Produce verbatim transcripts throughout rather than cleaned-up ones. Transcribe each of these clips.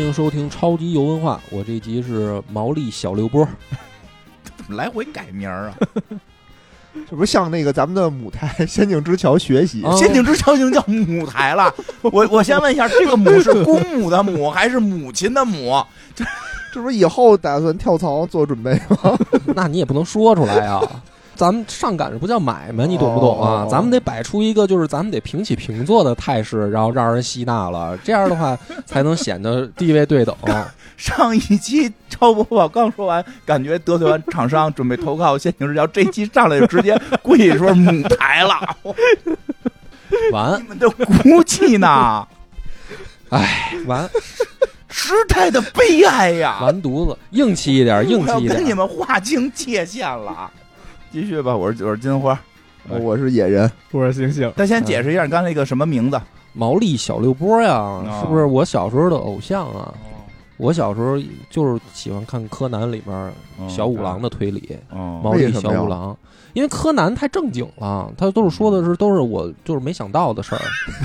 迎收听超级游文化，我这一集是毛利小六波。 怎么来回改名啊？ 这不是向那个咱们的母台《仙境之桥》学习？ 啊仙境之桥已经叫母台了。我我先问一下，这个母是公母的母还是母亲的母？ 这这不是以后打算跳槽做准备吗？ 那你也不能说出来呀。咱们上赶着不叫买卖，你懂不懂啊？ 哦哦哦咱们得摆出一个就是咱们得平起平坐的态势，然后让人吸纳了，这样的话才能显得地位对等。 上一期超播报刚说完，感觉得罪完厂商，准备投靠仙境之桥，这期上来就直接跪说母台了。 完你，们的骨气呢？ 哎，完时代的悲哀呀！ 完犊子，硬气一点，硬气一我要跟你点。 们划清界限了。继续吧，我是我是金花， 我是野人， 我是星星。 但先解释一下你刚才那个什么名字？ 毛利小六波呀，是不是我小时候的偶像啊？我小时候就是喜欢看柯南里面小五郎的推理， 哦毛利小五郎，因为柯南太正经了，他都是说的是都是我就是没想到的事儿。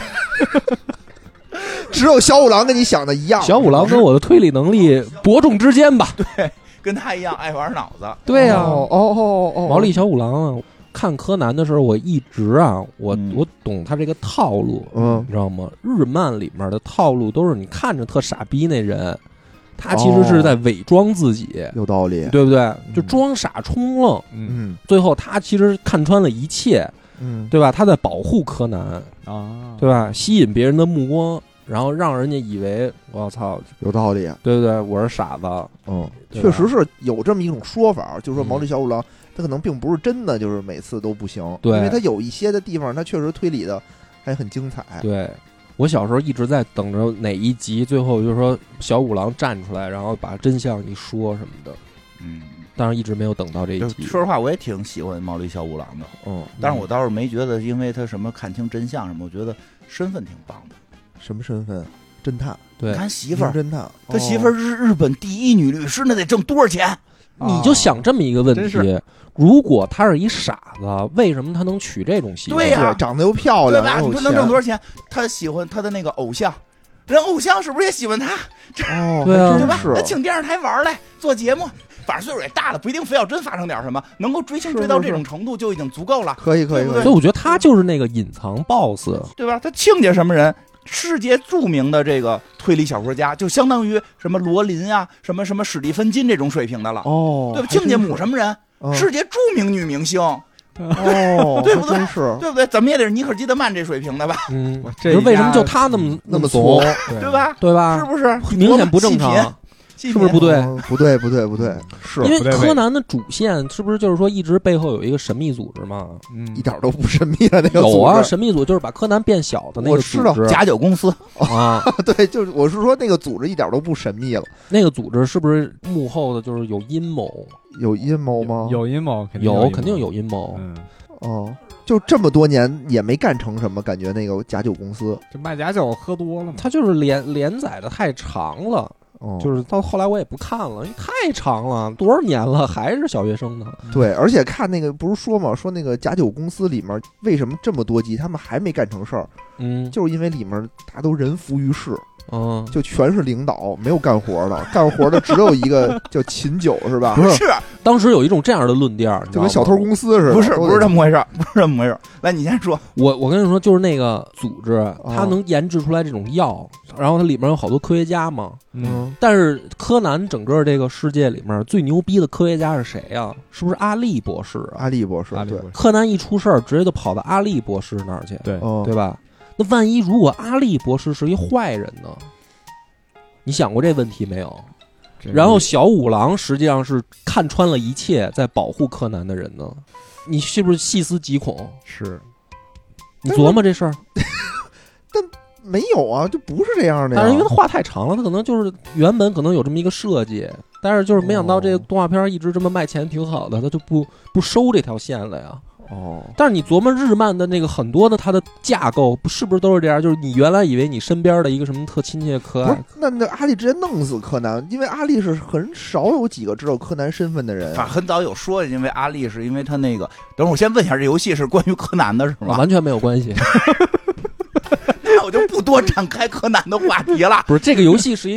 只有小五郎跟你想的一样。 小五郎跟我的推理能力伯仲之间吧？ 对，跟他一样爱玩脑子。 对呀、 哦哦哦哦， 毛利小五郎啊，看柯南的时候，我一直啊，我、 嗯我懂他这个套路， 嗯你知道吗？日漫里面的套路都是你看着特傻逼那人，他其实是在伪装自己， 有道理。 对不对？就装傻充愣， 嗯嗯最后他其实看穿了一切， 嗯， 对吧？他在保护柯南， 啊， 对吧？吸引别人的目光，然后让人家以为我操， 有道理。 对不对？我是傻子， 嗯， 对吧确实是有这么一种说法，就是说嗯毛利小五郎他可能并不是真的就是每次都不行， 对因为他有一些的地方他确实推理的还很精彩。 对。我小时候一直在等着哪一集，最后就是说小五郎站出来，然后把真相一说什么的， 嗯， 但是一直没有等到这一就集。 说实话，我也挺喜欢毛利小五郎的， 嗯， 但是我倒是没觉得，因为他什么看清真相什么，我觉得身份挺棒的。 什么身份？侦探， 对你，看媳妇儿， 名侦探， 他媳妇儿是日本第一女律师，那得挣多少钱？ 你就想这么一个问真题：如果他是一傻子，为什么他能娶这种媳妇？ 对呀对，长得又漂亮， 对吧？ 又有你说能挣钱多少钱？他喜欢他的那个偶像，人偶像是不是也喜欢他？ 哦， 对啊还真对吧？他是请电视台玩来做节目，反正岁数也大了，不一定非要真发生点什么，能够追星追到这种程度就已经足够了， 可以可以对不对可以所以我觉得他就是那个隐藏 boss。 对吧？他亲家什么人？世界著名的这个推理小说家，就相当于什么罗琳啊，什么什么史蒂芬金这种水平的了， 哦， 对吧？亲家母什么人？ 么世界著名女明星， 哦， 对不对还真是对不对？怎么也得是尼可基德曼这水平的吧， 嗯， 这你说为什么就一家他那么那么怂， 怂对吧？ 对吧？ 是不是？ 明显不正常， 细品， 是不是不对？ 哦不对不对不对，是因为不对柯南的主线是不是就是说一直背后有一个神秘组织嘛？ 嗯一点都不神秘的那个有啊， 组织神秘组就是把柯南变小的那个我知道组织假酒公司， 啊。 对，就是我是说那个组织一点都不神秘了， 那个组织是不是幕后的就是有阴谋？ 有阴谋吗？ 有阴谋，肯定有， 阴谋肯定有。阴谋。 嗯， 哦，就这么多年也没干成什么，感觉那个假酒公司， 这卖假酒喝多了嘛？ 它就是连连载的太长了， 哦， 就是到后来我也不看了，因为太长了，多少年了还是小学生呢。 对，而且看那个不是说嘛，说那个假酒公司里面为什么这么多集他们还没干成事儿， 嗯就是因为里面大家都人浮于事， 嗯， 就全是领导，没有干活的，干活的只有一个叫秦九是吧？ 不是是当时有一种这样的论调，你知道吗就跟小偷公司似的， 不是不是这么么回事儿？不是这么回事儿。来，你先说。 我我跟你说，就是那个组织， 哦它能研制出来这种药，然后它里面有好多科学家嘛。 嗯， 但是柯南整个这个世界里面最牛逼的科学家是谁呀、是不是阿笠博士啊？ 阿笠博士，对阿里博士柯南一出事儿，直接就跑到阿笠博士那儿去， 对， 哦， 对吧？那万一如果阿笠博士是一坏人呢？你想过这问题没有？ 这然后小五郎实际上是看穿了一切，在保护柯南的人呢。你是不是细思极恐？ 是你琢磨这事儿， 没有啊，就不是这样的呀。 但是因为它话太长了，它可能就是原本可能有这么一个设计，但是就是没想到这个动画片一直这么卖钱挺好的，它就不不收这条线了呀。 哦， 但是你琢磨日漫的那个很多的它的架构，不是不是都是这样？就是你原来以为你身边的一个什么特亲切可爱不是，，那那阿笠直接弄死柯南，因为阿笠是很少有几个知道柯南身份的人。 啊，很早有说，因为阿笠是因为他那个，等会儿我先问一下，这游戏是关于柯南的是吗？ 完全没有关系。 那我就不多展开柯南的话题了。 不是，这个游戏是一个推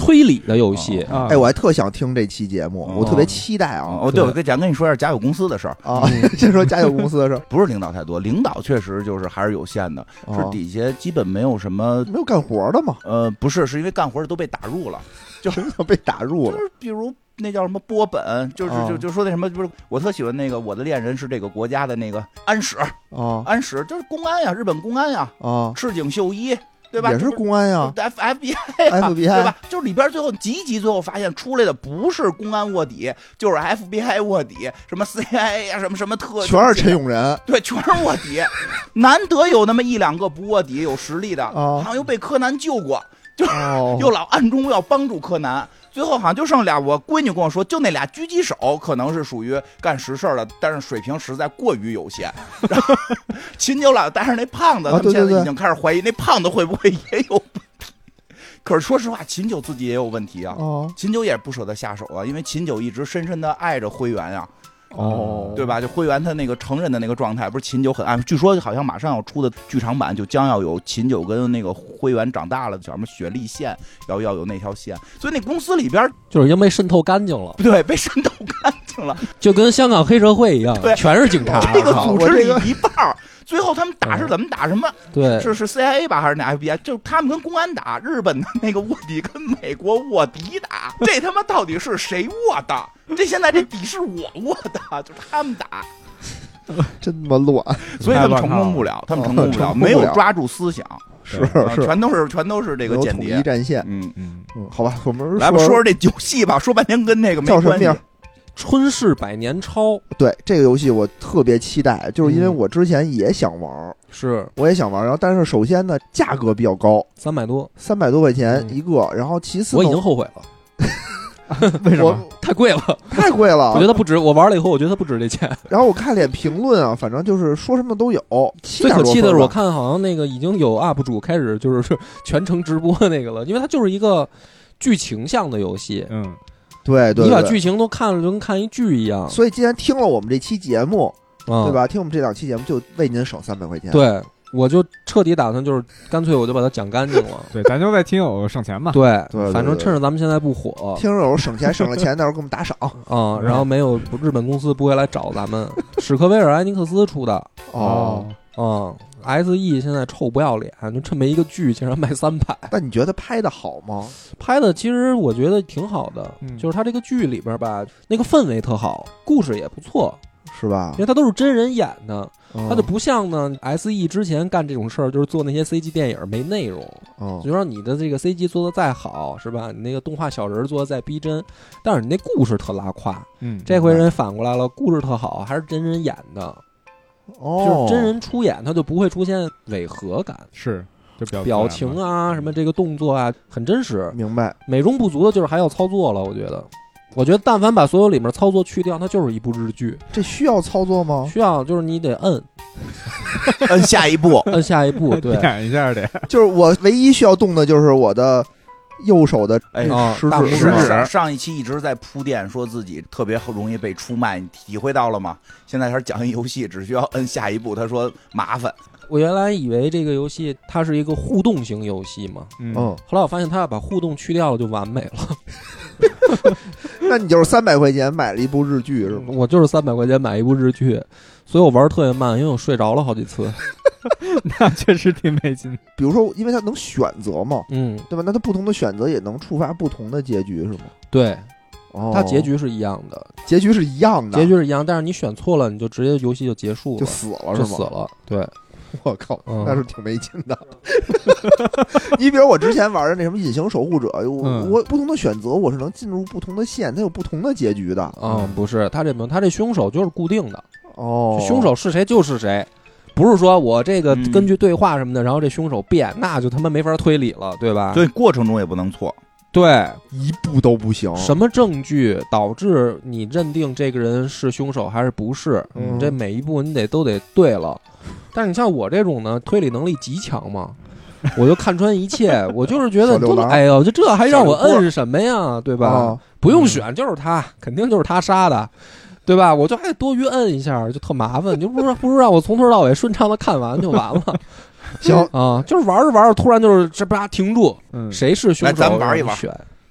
推理的游戏。 啊哎，我还特想听这期节目， 哦我特别期待啊。 哦，对，我跟讲跟你说一下家有公司的事儿啊，先说家有公司的事儿， 不是领导太多，领导确实就是还是有限的， 哦是底下基本没有什么， 没有干活的嘛， 呃，不是，是因为干活的都被打入了，就什么叫被打入了？ 就是比如那叫什么波本，就是哦就就说那什么，不是我特喜欢那个我的恋人是这个国家的那个安史， 啊安史就是公安呀，日本公安呀， 啊， 赤井秀一，对吧？ 也是公安呀 F F B I 呀 ，F B I 对吧？就是里边最后集集最后发现出来的不是公安卧底，就是 F B I 卧底，什么 C I A 呀，什么什么特， 全是陈永仁， 对，全是卧底，难得有那么一两个不卧底有实力的， 哦好像又被柯南救过，就是哦， 又老暗中要帮助柯南。最后好像就剩俩，我闺女跟我说，就那俩狙击手可能是属于干实事的，但是水平实在过于有限。然后秦九老带上那胖子， 啊他们现对对对在已经开始怀疑那胖子会不会也有问题。可是说实话，秦九自己也有问题啊， 哦秦九也不舍得下手啊，因为秦九一直深深的爱着灰原呀、 哦， 对吧？就灰原他那个成人的那个状态，不是秦九很爱，据说好像马上要出的剧场版就将要有秦九跟那个灰原长大了，叫什么雪莉线，要要有那条线，所以那公司里边就是已经被渗透干净了， 对被渗透干净了， 就跟香港黑社会一样， 对全是警察。 这个操组织里我这个一半儿。最后他们打是怎么打？什么？ 对， 是是 C I A 吧，还是哪 F B I？就他们跟公安打，日本的那个卧底跟美国卧底打，这他妈到底是谁卧的？这现在这底是我卧的，就是他们打， 真他妈乱， 所以他们成功不了，他们成功不了， 成功不了没有抓住思想， 是啊是， 全都是全都是这个没有统一间谍。 战线。 嗯， 嗯， 嗯，好吧，我们来吧，说说这游戏吧，说半天跟那个没关系叫什么名。 春逝百年抄对这个游戏我特别期待，就是因为嗯我之前也想玩， 是我也想玩，然后但是首先呢价格比较高， 三百多， 三百多块钱嗯一个，然后其次呢我已经后悔了， 为什么？ 我太贵了， 太贵了， 我觉得不值。我玩了以后，我觉得它不值这钱。 然后我看点评论啊，反正就是说什么都有。 最可气的是，我看看好像那个已经有 U P 主开始就是全程直播那个了，因为它就是一个剧情向的游戏。 嗯， 对对，对你把剧情都看了，就跟看一剧一样， 所以既然听了我们这期节目， 啊对？吧？听我们这两期节目，就为您省三百块钱。 对，我就彻底打算就是干脆我就把它讲干净了。 对，咱就为听友省钱嘛。 对， 对对反正趁着咱们现在不火听友省钱省了钱，到时候给我们打赏。 啊，然后没有日本公司不会来找咱们。史克威尔艾尼克斯出的哦， 啊 ，S E 现在臭不要脸，就这么一个剧竟然卖三百。 那你觉得拍的好吗？ 拍的其实我觉得挺好的， 嗯就是它这个剧里边吧，那个氛围特好，故事也不错， 是吧因？为它都是真人演的， 嗯它就不像呢 S E 之前干这种事儿，就是做那些 C G 电影没内容， 嗯就说你的这个 C G 做的再好，是吧？你那个动画小人做的再逼真，但是你那故事特拉胯。 嗯， 这回人反过来了，故事特好，还是真人演的， 哦， 就是真人出演，它就不会出现违和感。 是就表表情啊，什么这个动作啊，很真实。 明白。 美中不足的就是还要操作了，我觉得。我觉得但凡把所有里面操作去掉，它就是一部日剧。 这需要操作吗？ 需要就是你得摁摁下一步， 摁下一步，对， 点一下得。 就是我唯一需要动的就是我的右手的哎啊食指大拇指是食指。 上一期一直在铺垫，说自己特别容易被出卖，你体会到了吗？现在他讲一游戏，只需要摁下一步，他说麻烦。 我原来以为这个游戏它是一个互动型游戏嘛， 嗯， 嗯， 后来我发现它要把互动去掉了就完美了。 那你就是三百块钱买了一部日剧是吗？ 我就是三百块钱买一部日剧，所以我玩的特别慢，因为我睡着了好几次。 那确实挺没劲。 比如说，因为它能选择嘛， 嗯， 对吧？那它不同的选择也能触发不同的结局是吗？ 对， 哦， 它结局是一样的， 结局是一样的， 结局是一样，但是你选错了，你就直接游戏就结束了， 就死了是吗？ 就死了。对， 我靠， 嗯那是挺没劲的。你比如我之前玩的那什么隐形守护者，我、 嗯我不同的选择，我是能进入不同的线，它有不同的结局的。 嗯，不是，他这没有，他这凶手就是固定的， 哦， 凶手是谁就是谁，不是说我这个嗯根据对话什么的，然后这凶手变，那就他妈没法推理了，对吧？ 所以过程中也不能错。 对， 一步都不行。 什么证据导致你认定这个人是凶手还是不是？ 嗯你这每一步你得都得对了。但是你像我这种呢，推理能力极强嘛，我就看穿一切，我就是觉得都， 小六郎哎呦，就这还让我小柳波摁什么呀，对吧？ 啊不用选，就是他，肯定就是他杀的，对吧？我就还得多余摁一下，就特麻烦。你就不如不如让我从头到尾顺畅的看完就完了。 行， 啊，就是玩着玩着，突然就是这吧停住， 嗯， 谁是凶手？ 来咱玩一玩让你选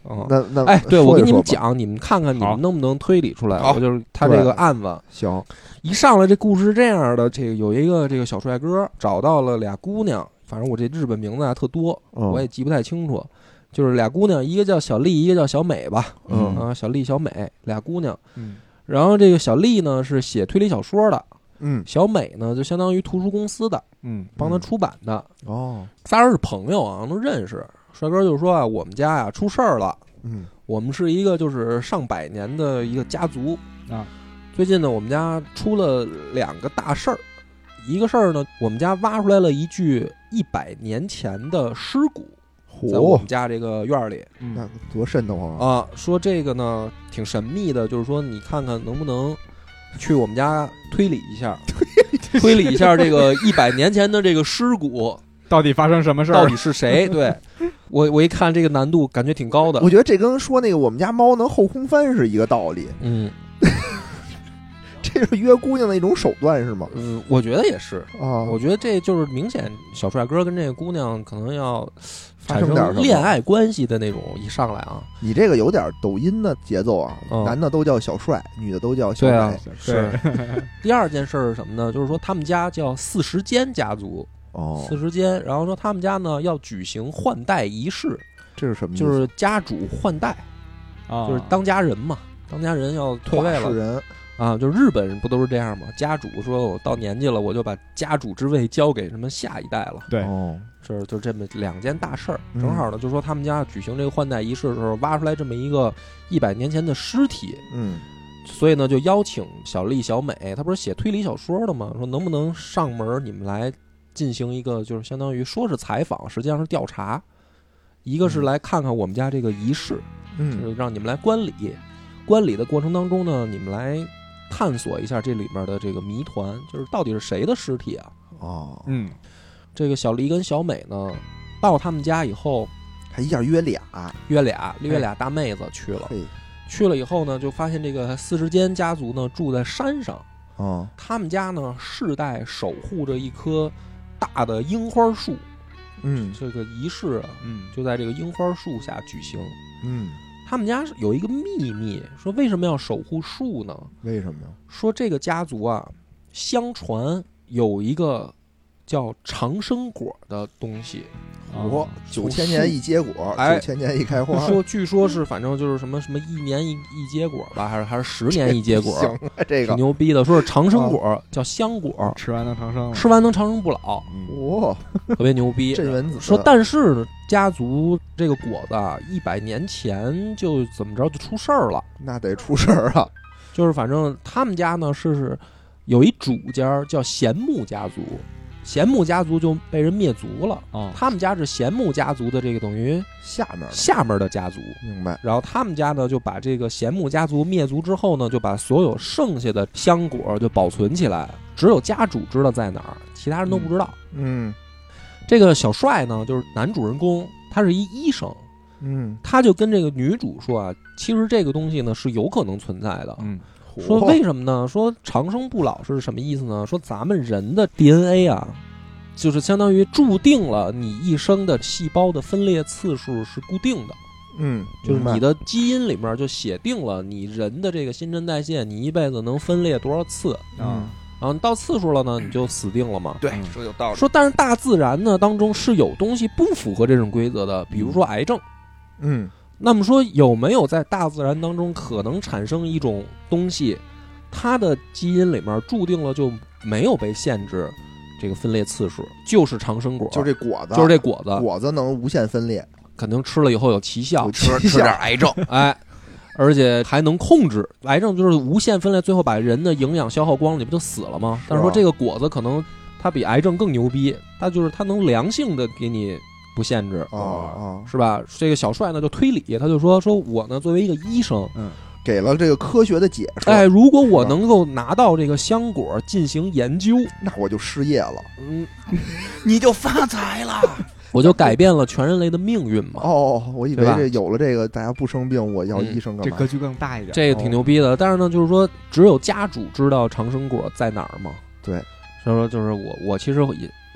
嗯， 那那哎，对我给你们讲， 讲，你们看看你们能不能推理出来。 好我就是他这个案子， 行， 一上来这故事是这样的，这个有一个这个小帅哥找到了俩姑娘，反正我这日本名字啊特多， 嗯、 我也记不太清楚。就是俩姑娘，一个叫小丽，一个叫小美吧。 嗯啊，小丽、小美俩姑娘。 嗯， 然后这个小丽呢是写推理小说的， 嗯， 小美呢就相当于图书公司的， 嗯， 帮他出版的。 哦， 仨人是朋友啊，都认识。帅哥就说啊，我们家呀出事儿了。 嗯， 我们是一个就是上百年的一个家族啊。 最近呢，我们家出了两个大事儿。一个事儿呢，我们家挖出来了一具一百年前的尸骨。在我们家这个院里， 那多瘆得慌啊！说这个呢挺神秘的，就是说你看看能不能去我们家推理一下，推理一下这个一百年前的这个尸骨到底发生什么事儿， 到底是谁？对我我一看这个难度感觉挺高的， 我觉得这跟说那个我们家猫能后空翻是一个道理。 嗯。 这是约姑娘的一种手段是吗？ 嗯，我觉得也是啊。 我觉得这就是明显小帅哥跟这个姑娘可能要产生恋爱关系的那种。一上来啊， 你这个有点抖音的节奏啊， 嗯、 男的都叫小帅，女的都叫小美。 对啊，是。第二件事是什么呢？就是说他们家叫四十间家族哦， 四十间，然后说他们家呢要举行换代仪式， 这是什么意思？就是家主换代啊，就是当家人嘛，当家人要退位了。 人啊，就日本人不都是这样吗？家主说我到年纪了，我就把家主之位交给什么下一代了。 对， 哦， 这就这么两件大事儿。正好呢，就说他们家举行这个换代仪式的时候，挖出来这么一个一百年前的尸体。 嗯， 所以呢，就邀请小丽、小美，她不是写推理小说的吗？说能不能上门，你们来进行一个，就是相当于说是采访，实际上是调查。一个是来看看我们家这个仪式， 嗯， 就是让你们来观礼。观礼的过程当中呢，你们来探索一下这里面的这个谜团，就是到底是谁的尸体啊？ 哦， 嗯， 这个小丽跟小美呢，到他们家以后， 还一下约俩， 约俩，约俩大妹子去了。去了以后呢，就发现这个四十间家族呢住在山上。 哦， 他们家呢世代守护着一棵大的樱花树。 嗯， 这个仪式啊， 嗯， 就在这个樱花树下举行。 嗯。 他们家有一个秘密，说为什么要守护树呢？ 为什么呀？ 说这个家族啊，相传有一个叫长生果的东西。 我、哦、九千年一结果， 哎， 九千年一开花。 说据说是反正就是什么什么一年一一结果吧，还是还是十年一结果？ 行啊，这个挺牛逼的。说是长生果，啊、叫香果， 吃完能长生， 吃完能长生不老。 哇、哦， 特别牛逼。 镇元子说，但是呢，家族这个果子啊，一百年前就怎么着就出事儿了。 那得出事儿啊！ 就是反正他们家呢是是有一主家叫贤木家族。贤木家族就被人灭族了啊、哦！他们家是贤木家族的这个等于下面下面的家族， 明白？ 然后他们家呢就把这个贤木家族灭族之后呢，就把所有剩下的香果就保存起来，只有家主知道在哪儿，其他人都不知道。 嗯， 这个小帅呢，就是男主人公，他是一医生， 嗯， 他就跟这个女主说啊，其实这个东西呢是有可能存在的， 嗯。 说为什么呢？说长生不老是什么意思呢？说咱们人的 D N A 啊，就是相当于注定了你一生的细胞的分裂次数是固定的。 嗯， 就是你的基因里面就写定了你人的这个新陈代谢，你一辈子能分裂多少次啊？然后你到次数了呢，你就死定了嘛。 对，说有道理。 说但是大自然呢当中是有东西不符合这种规则的，比如说癌症。 嗯。 那么说有没有在大自然当中可能产生一种东西，它的基因里面注定了就没有被限制这个分裂次数，就是长生果， 就这果子， 就是这果子， 果子能无限分裂， 肯定吃了以后有奇效， 吃吃点癌症， 哎，而且还能控制癌症，就是无限分裂，最后把人的营养消耗光了，你不就死了吗？但是说这个果子可能它比癌症更牛逼，它就是它能良性的给你。不限制啊啊， 是吧？这个小帅呢就推理，他就说说我呢作为一个医生， 嗯，给了这个科学的解释。 哎，如果我能够拿到这个香果进行研究， 那我就失业了， 嗯， 你就发财了， 我就改变了全人类的命运嘛。 哦，我以为这有了这个，大家不生病，我要医生干嘛？ 这格局更大一点， 这个挺牛逼的。但是呢，就是说只有家主知道长生果在哪儿嘛。 对， 所以说就是我我其实也。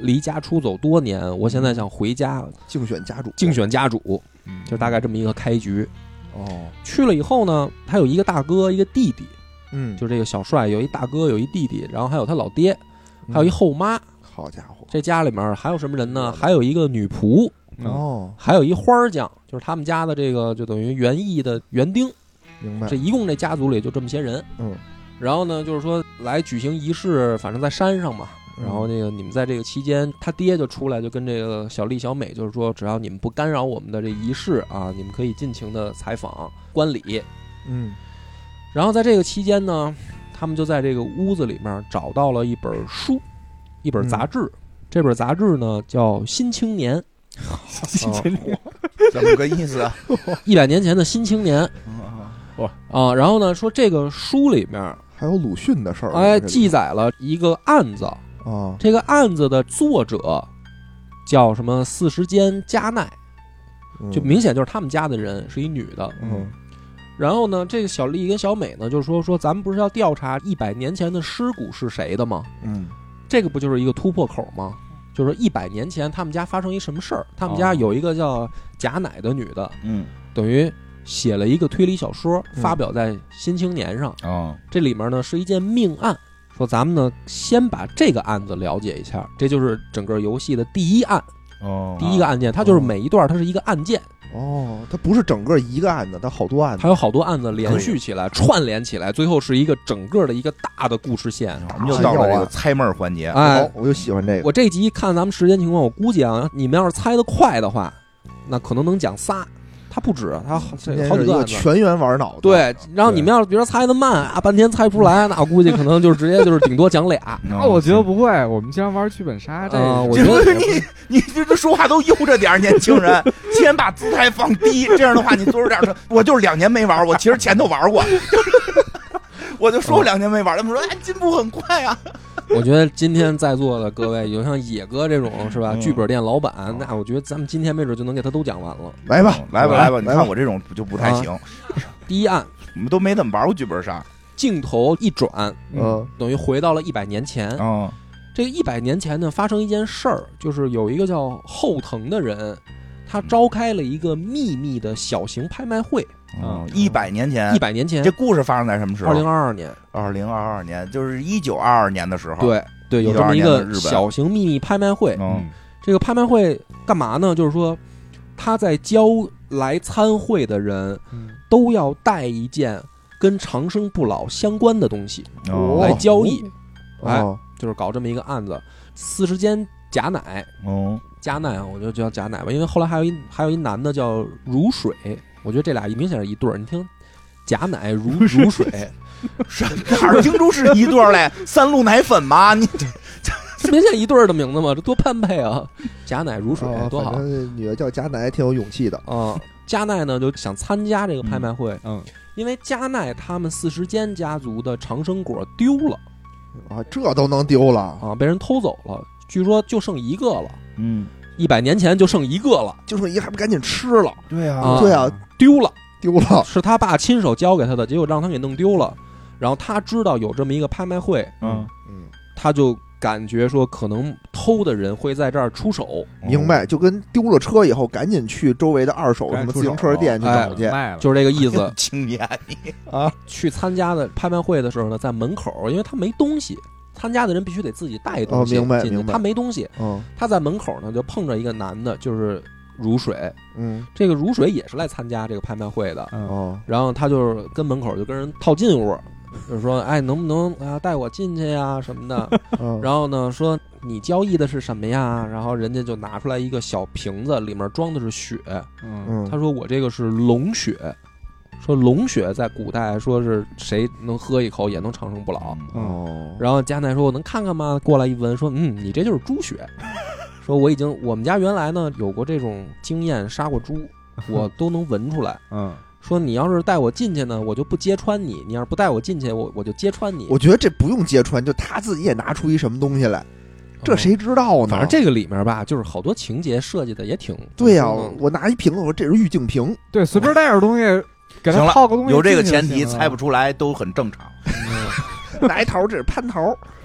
离家出走多年，我现在想回家竞选家主， 竞选家主， 嗯就大概这么一个开局。 哦， 去了以后呢，他有一个大哥，一个弟弟， 嗯， 就这个小帅有一大哥，有一弟弟，然后还有他老爹，还有一后妈。 好家伙， 这家里面还有什么人呢？还有一个女仆， 哦， 还有一花匠，就是他们家的这个就等于园艺的园丁。 明白这。一共这家族里就这么些人。 嗯， 然后呢，就是说来举行仪式，反正在山上嘛。 嗯然后那个你们在这个期间，他爹就出来就跟这个小丽小美，就是说只要你们不干扰我们的这仪式啊，你们可以尽情的采访观礼。 嗯， 然后在这个期间呢，他们就在这个屋子里面找到了一本书，一本杂志。嗯、这本杂志呢叫《新青年》。 新青年怎么个意思啊？ 一百年前的新青年。哇啊！然后呢，说这个书里面还有鲁迅的事儿， 哎，记载了一个案子啊。 这个案子的作者叫什么四十间加奈，就明显就是他们家的人，是一女的。 嗯。 然后呢，这个小丽跟小美呢，就说说咱们不是要调查一百年前的尸骨是谁的吗？ 嗯， 这个不就是一个突破口吗？就是说一百年前他们家发生一什么事儿？他们家有一个叫贾乃的女的， 嗯， 等于写了一个推理小说，发表在《新青年》上。 哦， 这里面呢是一件命案，说咱们呢先把这个案子了解一下，这就是整个游戏的第一案。 哦， 第一个案件，它就是每一段它是一个案件。 哦，它不是整个一个案子，它好多案子， 它有好多案子连续起来，串联起来，最后是一个整个的一个大的故事线。 我们又到了这个猜闷环节， 哎， 我就喜欢这个。 我这集看咱们时间情况，我估计啊，你们要是猜得快的话，那可能能讲仨。它不止，它这好几个案子， 全员玩脑子。 对，然后你们要是比如说猜得慢啊，半天猜不出来，那我估计可能就直接就是顶多讲俩。 那我觉得不会，我们经常玩剧本杀，这个我觉得你你这说话都悠着点，年轻人，先把姿态放低，这样的话你做出点说，我就是两年没玩，我其实前头玩过，我就说我两年没玩，他们说哎进步很快啊。 我觉得今天在座的各位，有像野哥这种是吧，剧本店老板，那我觉得咱们今天没准就能给他都讲完了。 来吧， 来吧，来吧！你看我这种就不太行。 第一案， 我们都没怎么玩过剧本杀。 镜头一转， 嗯， 等于回到了一百年前。 哦， 这个一百年前呢，发生一件事儿，就是有一个叫后藤的人，他召开了一个秘密的小型拍卖会。 嗯，一百年前， 一百年前， 这故事发生在什么时候？ 二零二二年， 二零二二年，就是一九二二年的时候。 对对，有这么一个小型秘密拍卖会。 嗯， 这个拍卖会干嘛呢？就是说，他在教来参会的人，都要带一件跟长生不老相关的东西、 哦、 来交易。 哦、 哎，就是搞这么一个案子。四十间假奶， 哦， 假奶啊，我就叫假奶吧，因为后来还有一还有一男的叫如水。我觉得这俩明显是一对儿，你听，假奶如如水， 哪儿听出是一对儿来？三鹿奶粉吗？你这明显一对儿的名字吗？这多般配啊！假奶如水、 哦、 多好。 女的叫假奶，挺有勇气的啊。加奈呢就想参加这个拍卖会， 嗯， 因为加奈他们四十间家族的长生果丢了啊，这都能丢了啊，被人偷走了，据说就剩一个了， 嗯。 一百年前就剩一个了， 就剩一个还不赶紧吃了？ 对啊， 啊对啊， 丢了， 丢了， 是他爸亲手交给他的，结果让他给弄丢了。然后他知道有这么一个拍卖会， 嗯嗯， 他就感觉说可能偷的人会在这儿出手， 明白？就跟丢了车以后，赶紧去周围的二手什么自行车店去找去， 哎、就是这个意思。 青年你啊，去参加的拍卖会的时候呢，在门口，因为他没东西。参加的人必须得自己带东西， 哦，明白明白。 他没东西， 嗯， 他在门口呢就碰着一个男的，就是如水， 嗯， 这个如水也是来参加这个拍卖会的， 哦， 然后他就是跟门口就跟人套近乎，就是说，哎，能不能啊带我进去呀什么的， 嗯、 然后呢说你交易的是什么呀？然后人家就拿出来一个小瓶子，里面装的是血， 嗯， 他说我这个是龙血。说龙血在古代说是谁能喝一口也能长生不老哦， 然后加奈说我能看看吗？过来一闻说嗯你这就是猪血，说我已经我们家原来呢有过这种经验杀过猪，我都能闻出来。 嗯， 说你要是带我进去呢，我就不揭穿你；你要是不带我进去，我我就揭穿你。 我觉得这不用揭穿，就他自己也拿出一什么东西来。这谁知道呢？ 反正这个里面吧，就是好多情节设计的也挺对呀、啊。我拿一瓶子，我说这是玉净瓶， 对，随便带点东西。给他套个东西， 有这个前提猜不出来都很正常。 嗯、拿一桃，这是蟠桃，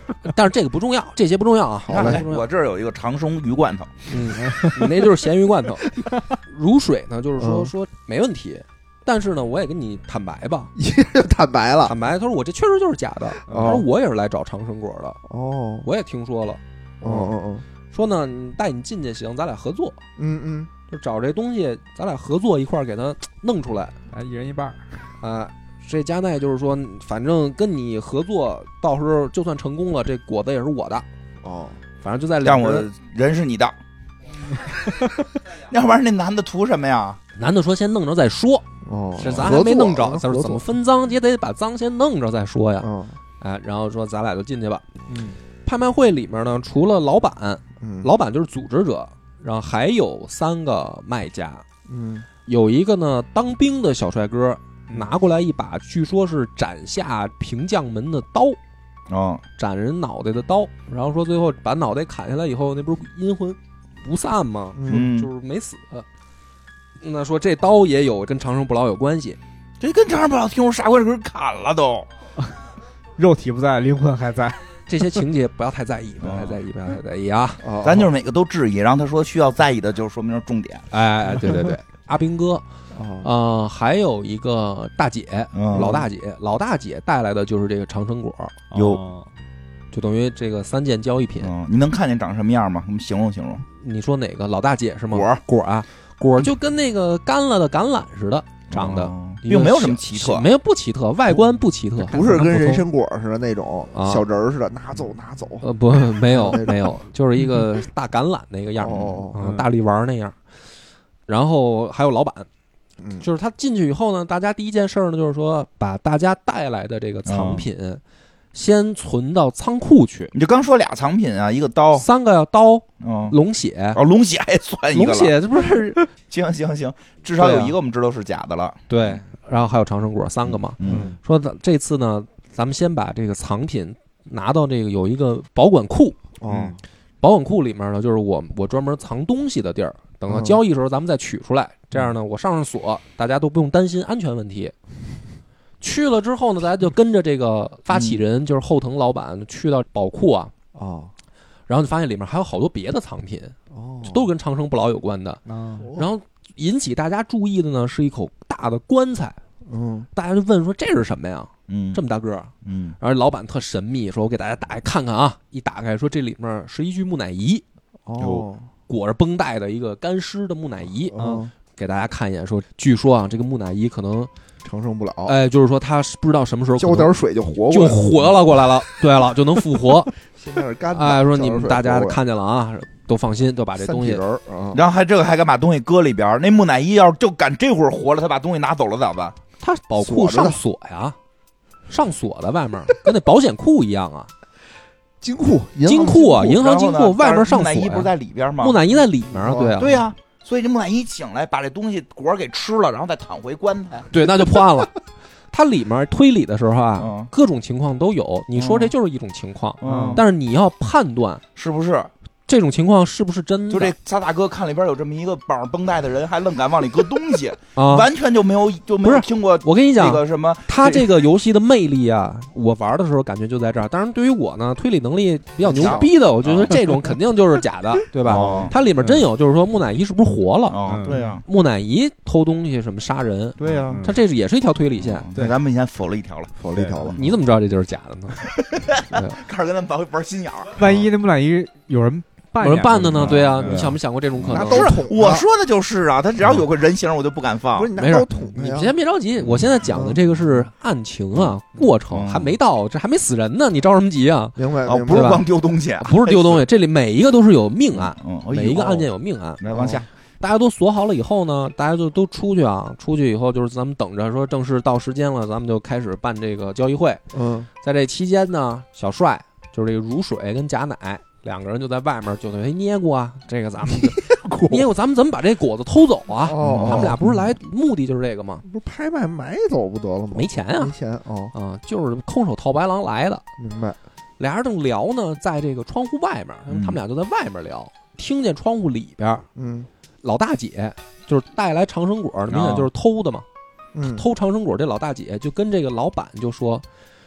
但是这个不重要，这些不重要啊。 好嘞，我这儿有一个长生鱼罐头， 嗯，你那就是咸鱼罐头。如水呢，就是说、 嗯、 说没问题，但是呢，我也跟你坦白吧， 坦白了， 坦白，他说我这确实就是假的， 哦、 他说我也是来找长生果的， 哦， 我也听说了， 哦哦哦， 说呢，你带你进去行，咱俩合作， 嗯嗯， 就找这东西，咱俩合作一块儿给他弄出来， 啊，一人一半， 啊。这加奈就是说，反正跟你合作，到时候就算成功了，这果子也是我的。 哦， 反正就在两个人，我人是你的。要不然那男的图什么呀？ 男的说先弄着再说。 哦， 这咱还没弄着，咱怎么分赃也得把赃先弄着再说呀。 哦， 哎，然后说咱俩就进去吧。 嗯， 拍卖会里面呢，除了老板， 嗯， 老板就是组织者，然后还有三个卖家。 嗯， 有一个呢当兵的小帅哥。拿过来一把，据说是斩下平将门的刀， 哦， 斩人脑袋的刀。然后说最后把脑袋砍下来以后，那不是阴魂不散吗？ 嗯， 就是没死。那说这刀也有跟长生不老有关系， 这跟长生不老听说傻瓜给人砍了都， 肉体不在，灵魂还在。 这些情节不要太在意，不要太在意，不要太在意啊！ 哦、 咱就是每个都质疑，然后他说需要在意的，就说明是重点。 哎，对对对，阿兵哥。 啊、 呃，还有一个大姐， 嗯、 老大姐，老大姐带来的就是这个长生果， 有、 哦， 就等于这个三件交易品。 嗯、你能看见长什么样吗？我们形容形容。 你说哪个？老大姐是吗？ 果果啊，果就跟那个干了的橄榄似的，长得、 哦、并没有什么奇特， 没有不奇特，外观不奇特， 不是跟人参果似的那种、 啊、 小人似的，拿走拿走。 呃，不，没有没有，就是一个大橄榄那个样子， 哦嗯，大力丸那样。然后还有老板。 嗯， 就是他进去以后呢，大家第一件事呢，就是说把大家带来的这个藏品先存到仓库去。 你就刚说俩藏品啊，一个刀， 三个要刀， 嗯， 龙血， 哦，龙血还算一个， 龙血这不是？ 行行行，至少有一个我们知道是假的了。 对，然后还有长生果三个嘛。 嗯， 说这次呢，咱们先把这个藏品拿到这个有一个保管库。 嗯， 保管库里面呢，就是我我专门藏东西的地儿。等到交易的时候，咱们再取出来。这样呢，我上上锁，大家都不用担心安全问题。去了之后呢，大家就跟着这个发起人，就是后藤老板，去到宝库啊， 哦， 然后就发现里面还有好多别的藏品， 哦， 都跟长生不老有关的。 哦、 然后引起大家注意的呢，是一口大的棺材。 嗯， 大家就问说这是什么呀？ 嗯， 这么大个儿。 嗯， 然后老板特神秘，说我给大家打开看看啊。一打开说这里面是一具木乃伊。 哦。 裹着绷带的一个干尸的木乃伊啊、 嗯， 给大家看一眼，说据说啊，这个木乃伊可能长生不老， 哎，就是说他不知道什么时候浇点水就活就活了过来了，对了，就能复活。 现在是干的， 哎，说你们大家看见了啊，都放心，都把这东西， 人啊、然后还这个还敢把东西搁里边，那木乃伊要是就敢这会儿活了，他把东西拿走了咋办？ 他宝库上锁呀，上锁的外面，跟那保险库一样啊。 金库， 金库啊，银行金库外面上锁、啊， 木乃伊不是在里边吗？ 木乃伊在里面啊，对啊， 对啊，所以这木乃伊醒来，把这东西果儿给吃了，然后再躺回棺材， 对，那就破案了。它里面推理的时候啊， 嗯、 各种情况都有。你说这就是一种情况， 嗯、 但是你要判断是不是这种情况是不是真的。 就这仨大哥看里边有这么一个绑着绷带的人，还愣敢往里搁东西啊， 完全就没有就没有听过。 我跟你讲， 这个什么， 他这个游戏的魅力啊，我玩的时候感觉就在这儿。当然，对于我呢，推理能力比较牛逼的，我觉得这种肯定就是假的，对吧？ 哦、 它里面真有，就是说木乃伊是不是活了？ 哦，对呀、啊， 木乃伊偷东西什么杀人， 对呀、啊， 它这是也是一条推理线。 对，咱们以前否了一条了， 否了一条了。 你怎么知道这就是假的呢？ 开始跟他们玩玩心眼儿， 万一那木乃伊有人。 有人办的呢？对啊， 对你想没想过这种可能？ 不是，我说的就是啊，他只要有个人形，我就不敢放。 不是，你没事， 你先别着急。我现在讲的这个是案情啊，过程还没到，这还没死人呢，你着什么急啊？ 明白？ 哦，不是光丢东西， 不是丢东西，这里每一个都是有命案， 嗯， 每一个案件有命案。 来往下， 大家都锁好了以后呢，大家就都出去啊，出去以后就是咱们等着说正式到时间了，咱们就开始办这个交易会。 嗯， 在这期间呢，小帅就是这个如水跟贾乃。两个人就在外面就等于捏过啊，这个咱们捏过，咱们怎么把这果子偷走啊？ 哦， 他们俩不是来目的就是这个吗？ 不是拍卖买走不得了吗？ 没钱啊， 没钱哦， 啊，就是空手套白狼来的。 明白。 俩人正聊呢，在这个窗户外面， 嗯、 他们俩就在外面聊，听见窗户里边， 嗯， 老大姐就是带来长生果，明显就是偷的嘛。 嗯， 偷长生果这老大姐就跟这个老板就说。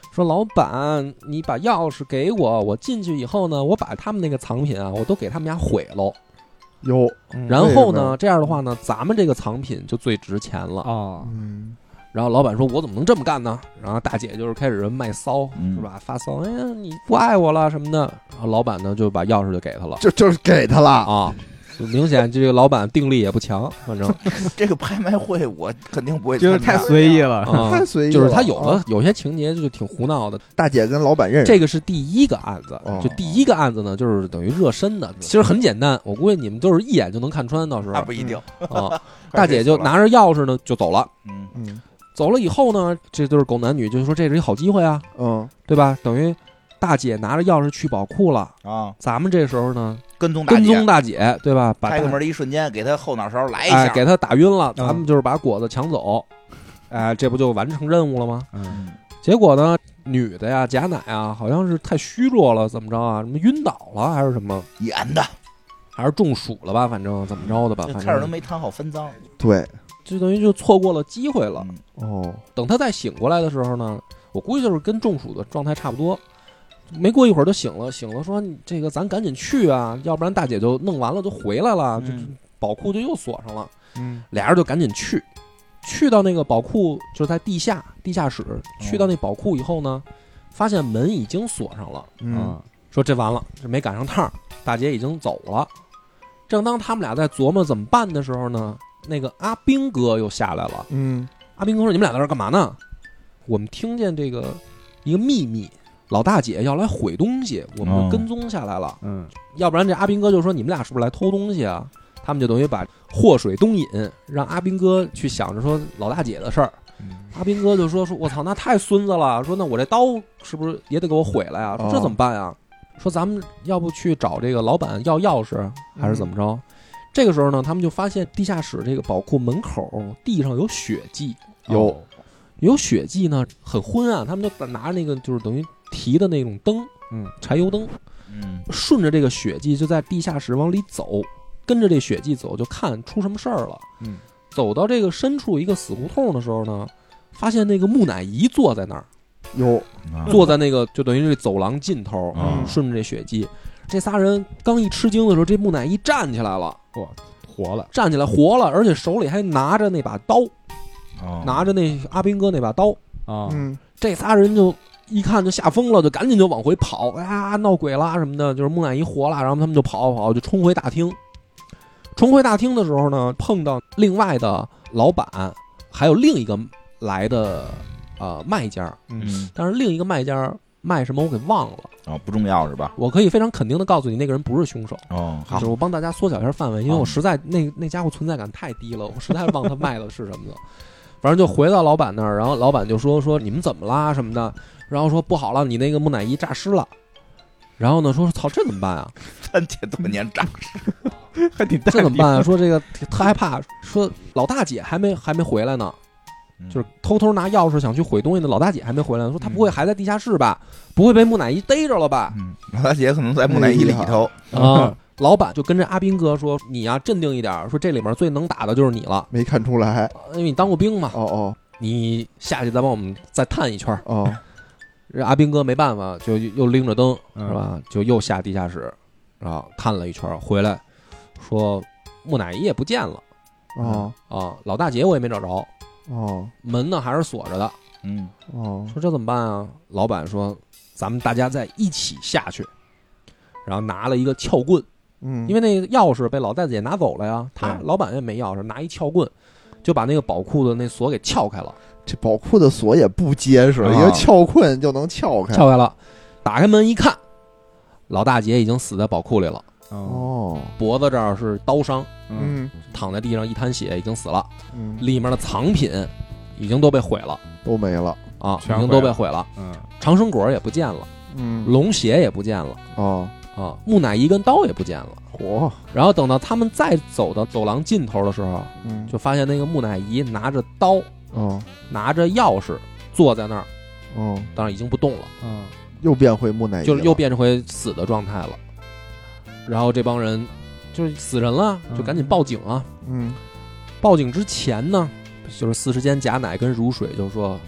说老板，你把钥匙给我，我进去以后呢，我把他们那个藏品啊，我都给他们家毁喽。 有， 然后为什呢，这样的话呢，咱们这个藏品就最值钱了。 哦， 嗯， 然后老板说：“我怎么能这么干呢？”然后大姐就是开始卖骚， 嗯是吧？发骚，哎呀，你不爱我了什么的。然后老板呢就把钥匙就给他了就就是给他了， 啊。就明显这个老板定力也不强，反正这个拍卖会我肯定不会就是参加太随意了。 啊， 太随意了。 就是他有的啊有些情节就挺胡闹的。 大姐跟老板认识， 这个是第一个案子哦， 就第一个案子呢，就是等于热身的，其实很简单，我估计你们都是一眼就能看穿，到时候那不一定。 啊。大姐就拿着钥匙呢就走了， 嗯嗯走了以后呢，这对狗男女就说这是一好机会啊， 嗯对吧？等于大姐拿着钥匙去宝库了， 啊， 咱们这时候呢跟踪大姐跟踪大姐，对吧？把大开个门的一瞬间，给他后脑勺来一哎下， 给她打晕了， 嗯咱们就是把果子抢走，哎，这不就完成任务了吗？ 嗯， 结果呢，女的呀，贾乃啊，好像是太虚弱了，怎么着啊？什么晕倒了还是什么？ 演的， 还是中暑了吧？反正怎么着的吧？ 这反正差点都没谈好分赃。 对， 就等于就错过了机会了。 嗯哦， 等他再醒过来的时候呢，我估计就是跟中暑的状态差不多。没过一会儿就醒了，醒了说：“你这个咱赶紧去啊，要不然大姐就弄完了就回来了， 嗯这宝库就又锁上了。” 嗯， 俩人就赶紧去，去到那个宝库，就是在地下地下室。去到那宝库以后呢，发现门已经锁上了。 嗯说这完了，这没赶上趟儿，大姐已经走了。正当他们俩在琢磨怎么办的时候呢，那个阿兵哥又下来了。 嗯阿兵哥说：“你们俩在这儿干嘛呢？我们听见这个一个秘密，老大姐要来毁东西，我们就跟踪下来了。 嗯， 要不然这阿兵哥就说你们俩是不是来偷东西啊？他们就等于把祸水东引，让阿兵哥去想着说老大姐的事儿。阿兵哥就说说我操，那太孙子了！说那我这刀是不是也得给我毁了呀？说这怎么办呀？说咱们要不去找这个老板要钥匙，还是怎么着？这个时候呢，他们就发现地下室这个宝库门口地上有血迹， 有有血迹呢，很昏暗。他们就拿着那个就是等于提的那种灯， 嗯， 柴油灯， 嗯顺着这个血迹就在地下室往里走，跟着这血迹走，就看出什么事儿了。 嗯， 走到这个深处一个死胡同的时候呢，发现那个木乃伊坐在那儿， 有， 啊坐在那个就等于这走廊尽头， 嗯顺着这血迹。这仨人刚一吃惊的时候，这木乃伊站起来了， 哇，活了， 站起来活了，而且手里还拿着那把刀， 哦拿着那阿兵哥那把刀。 啊， 嗯这仨人就一看就吓疯了，就赶紧就往回跑，啊，闹鬼啦什么的，就是木乃伊活了，然后他们就跑跑，就冲回大厅。冲回大厅的时候呢，碰到另外的老板，还有另一个来的呃卖家， 嗯， 嗯但是另一个卖家卖什么我给忘了。 哦，不重要是吧？ 我可以非常肯定的告诉你，那个人不是凶手。 哦，好就是，我帮大家缩小一下范围，因为好我实在那那家伙存在感太低了，我实在忘他卖的是什么了。反正就回到老板那儿，然后老板就说说你们怎么啦什么的，然后说不好了，你那个木乃伊诈尸了。然后呢说操，这怎么办啊？ 三千多年诈尸， 还挺这怎么办啊？说这个特害怕，说老大姐还没还没回来呢，就是偷偷拿钥匙想去毁东西的老大姐还没回来呢。说她不会还在地下室吧？不会被木乃伊逮着了吧？ 嗯，老大姐可能在木乃伊里头。 啊！老板就跟这阿兵哥说：“你呀、镇定一点，说这里面最能打的就是你了， 没看出来， 因为你当过兵嘛。 哦哦你下去再帮我们再探一圈。” 哦， 这阿兵哥没办法，就又拎着灯嗯是吧？就又下地下室，啊，看了一圈，回来说木乃伊也不见了哦啊，老大姐我也没找着， 哦门呢还是锁着的。 嗯哦， 说这怎么办啊？老板说咱们大家再一起下去，然后拿了一个撬棍， 嗯， 因为那个钥匙被老大姐拿走了呀，他对老板也没钥匙，拿一撬棍就把那个宝库的那锁给撬开了， 这宝库的锁也不结实， 啊一个撬棍就能撬开。 撬开了，打开门一看，老大姐已经死在宝库里了， 哦， 哦， 脖子这儿是刀伤， 嗯， 嗯躺在地上一滩血，已经死了。 嗯， 里面的藏品已经都被毁了都没了。 啊，已全经都被毁了。 嗯， 长生果也不见了， 嗯， 龙血也不见了哦， 啊，木乃伊跟刀也不见了。 火， 然后等到他们再走到走廊尽头的时候， 嗯， 就发现那个木乃伊拿着刀， 哦拿着钥匙坐在那儿， 哦， 当然已经不动了， 嗯， 又变回木乃伊了， 就是又变回死的状态了。然后这帮人就是死人了，就赶紧报警啊！ 嗯报警之前呢，就是四十间贾乃跟如水就说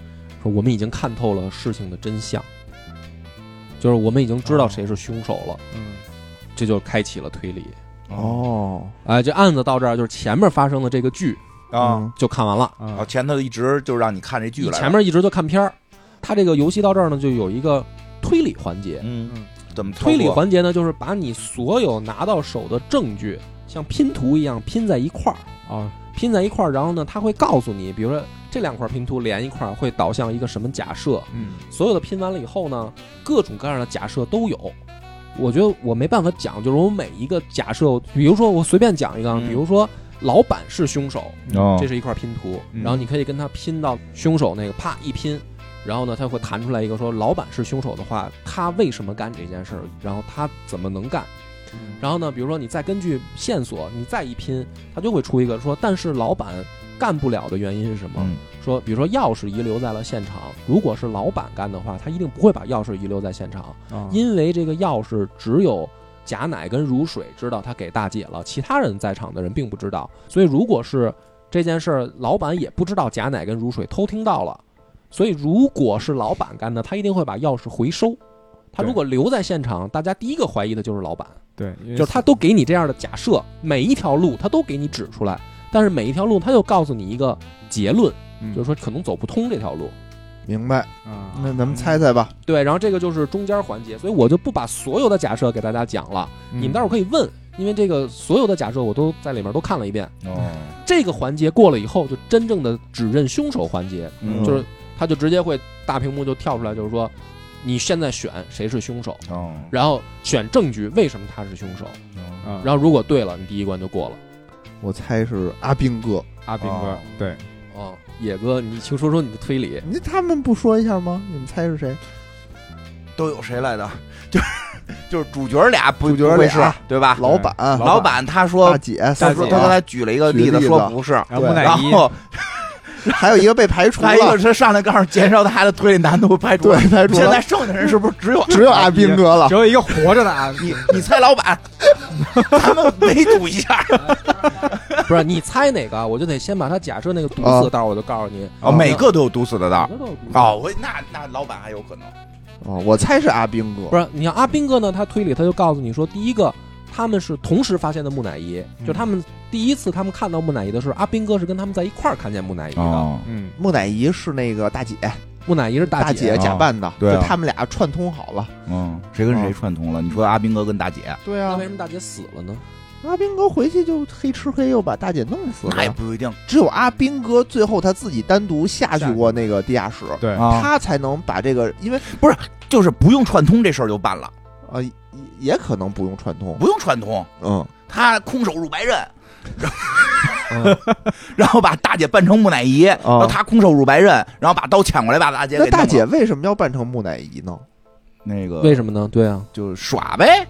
说我们已经看透了事情的真相，就是我们已经知道谁是凶手了， 嗯， 这就开启了推理。 哦， 哎，这案子到这儿就是前面发生的这个剧啊， 嗯就看完了， 哦， 啊， 前头一直就让你看这剧来了， 前面一直就看片儿。他这个游戏到这儿呢，就有一个推理环节。 嗯嗯怎么操作推理环节呢，就是把你所有拿到手的证据，像拼图一样拼在一块儿， 哦， 拼在一块儿，然后呢，他会告诉你，比如说这两块拼图连一块儿会导向一个什么假设。 嗯所有的拼完了以后呢，各种各样的假设都有。我觉得我没办法讲，就是我每一个假设，比如说我随便讲一个， 嗯比如说老板是凶手， 哦这是一块拼图， 嗯然后你可以跟他拼到凶手那个，啪一拼，然后呢，他会弹出来一个说老板是凶手的话，他为什么干这件事儿，然后他怎么能干。然后呢，比如说你再根据线索，你再一拼，他就会出一个说，但是老板干不了的原因是什么？ 嗯说，比如说钥匙遗留在了现场，如果是老板干的话，他一定不会把钥匙遗留在现场， 啊因为这个钥匙只有贾乃跟如水知道他给大姐了，其他人在场的人并不知道。所以如果是这件事儿，老板也不知道贾乃跟如水偷听到了，所以如果是老板干的，他一定会把钥匙回收。他如果留在现场，大家第一个怀疑的就是老板， 对，因为就是他都给你这样的假设，每一条路他都给你指出来，但是每一条路他又告诉你一个结论， 嗯就是说可能走不通这条路。 明白。 啊， 那咱们猜猜吧。 对，然后这个就是中间环节，所以我就不把所有的假设给大家讲了， 嗯你们待会儿可以问，因为这个所有的假设我都在里面都看了一遍。 哦， 这个环节过了以后，就真正的指认凶手环节， 嗯就是他就直接会大屏幕就跳出来，就是说你现在选谁是凶手， 哦， 然后选证据，为什么他是凶手， 啊， 然后如果对了，你第一关就过了。 我猜是阿兵哥。 阿兵哥哦， 对， 哦，野哥，你请说说你的推理。 你他们不说一下吗？你们猜是谁？ 都有谁来的？就是就是主角俩不主角不会是俩对吧？ 老板、 老板他说大姐、 他三姐说他刚才举了一个例子， 举例子说不是， 然后对木乃伊， 然后还有一个被排除还有一个了， 是上来告诉减少他的推理难度，排除对了。， 排除了， 现在剩下的人是不是只有只有阿兵哥了只。有一个活着的阿你你猜老板，咱们围堵一下。 不是你猜哪个，我就得先把他假设那个毒啊死的道，我就告诉你。 哦，每个都有毒死的道每。个都有毒死。 哦，我那那老板还有可能。 哦，我猜是阿兵哥。 不是，你像阿兵哥呢，他推理他就告诉你说，第一个他们是同时发现的木乃伊， 嗯就他们第一次他们看到木乃伊的时候，阿兵哥是跟他们在一块儿看见木乃伊的。 哦， 嗯， 木乃伊是那个大姐， 木乃伊是大姐， 假扮的， 对啊就他们俩串通好了。 嗯，谁跟谁串通了？你说阿兵哥跟大姐， 对啊那为，什么大姐死了呢？ 阿兵哥回去就黑吃黑，又把大姐弄死那也了。 不一定只有阿兵哥最后他自己单独下去过那个地下室， 对， 啊。 他才能把这个，因为就是不用串通，这事儿就办了， 呃也也可能不用串通。 不用串通， 嗯， 他空手入白刃， 嗯然后把大姐扮成木乃伊，然后他空手入白刃，然后把刀抢过来，把大姐给弄了那大姐为什么要扮成木乃伊呢那个为什么呢？对啊， 就耍呗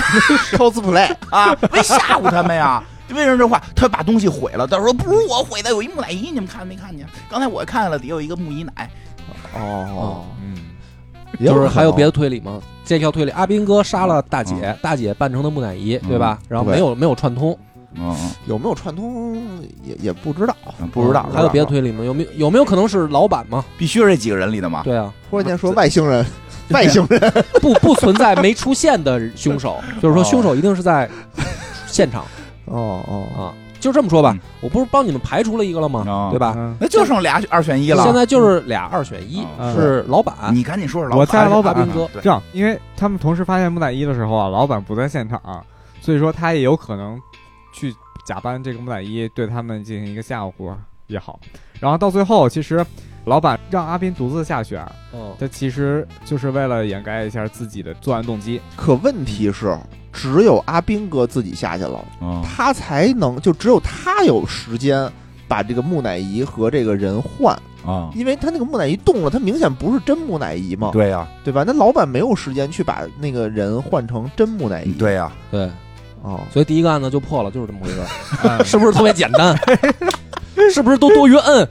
？cosplay 啊，为吓唬他们呀。为什么这话？他把东西毁了，他说不是我毁的，有一木乃伊，你们看没看见？刚才我看了，底下有一个木姨奶。 哦， 嗯， 就是还有别的的推理吗？这条推理，阿兵哥杀了大姐，大姐扮成的木乃伊，对吧？然后对没有没有串通， 嗯有没有串通也也不知道。 嗯，不知道。 还有别的推理吗？有没有有没有可能是老板吗？ 必须是这几个人里的吗？ 对啊， 忽然间说外星人，外星人不不存在没出现的凶手，就是说凶手一定是在现场哦哦啊。就这么说吧嗯， 我不是帮你们排除了一个了吗？ 哦对吧？ 嗯那就剩俩二选一了。 现在就是俩二选一， 嗯是老板， 你赶紧说说老我板， 猜老板阿兵哥对这样，因为他们同时发现木乃伊的时候啊，老板不在现场，所以说他也有可能去假扮这个木乃伊，对他们进行一个吓唬也好。然后到最后，其实老板让阿斌独自下去啊， 嗯， 他其实就是为了掩盖一下自己的作案动机。 可问题是，只有阿兵哥自己下去了， 嗯他才能就只有他有时间把这个木乃伊和这个人换， 啊， 因为他那个木乃伊动了，他明显不是真木乃伊嘛， 对呀， 对吧？那老板没有时间去把那个人换成真木乃伊， 对呀， 对， 哦， 所以第一个案子就破了，就是这么回事儿， 嗯是不是特别简单？是不是都多余摁？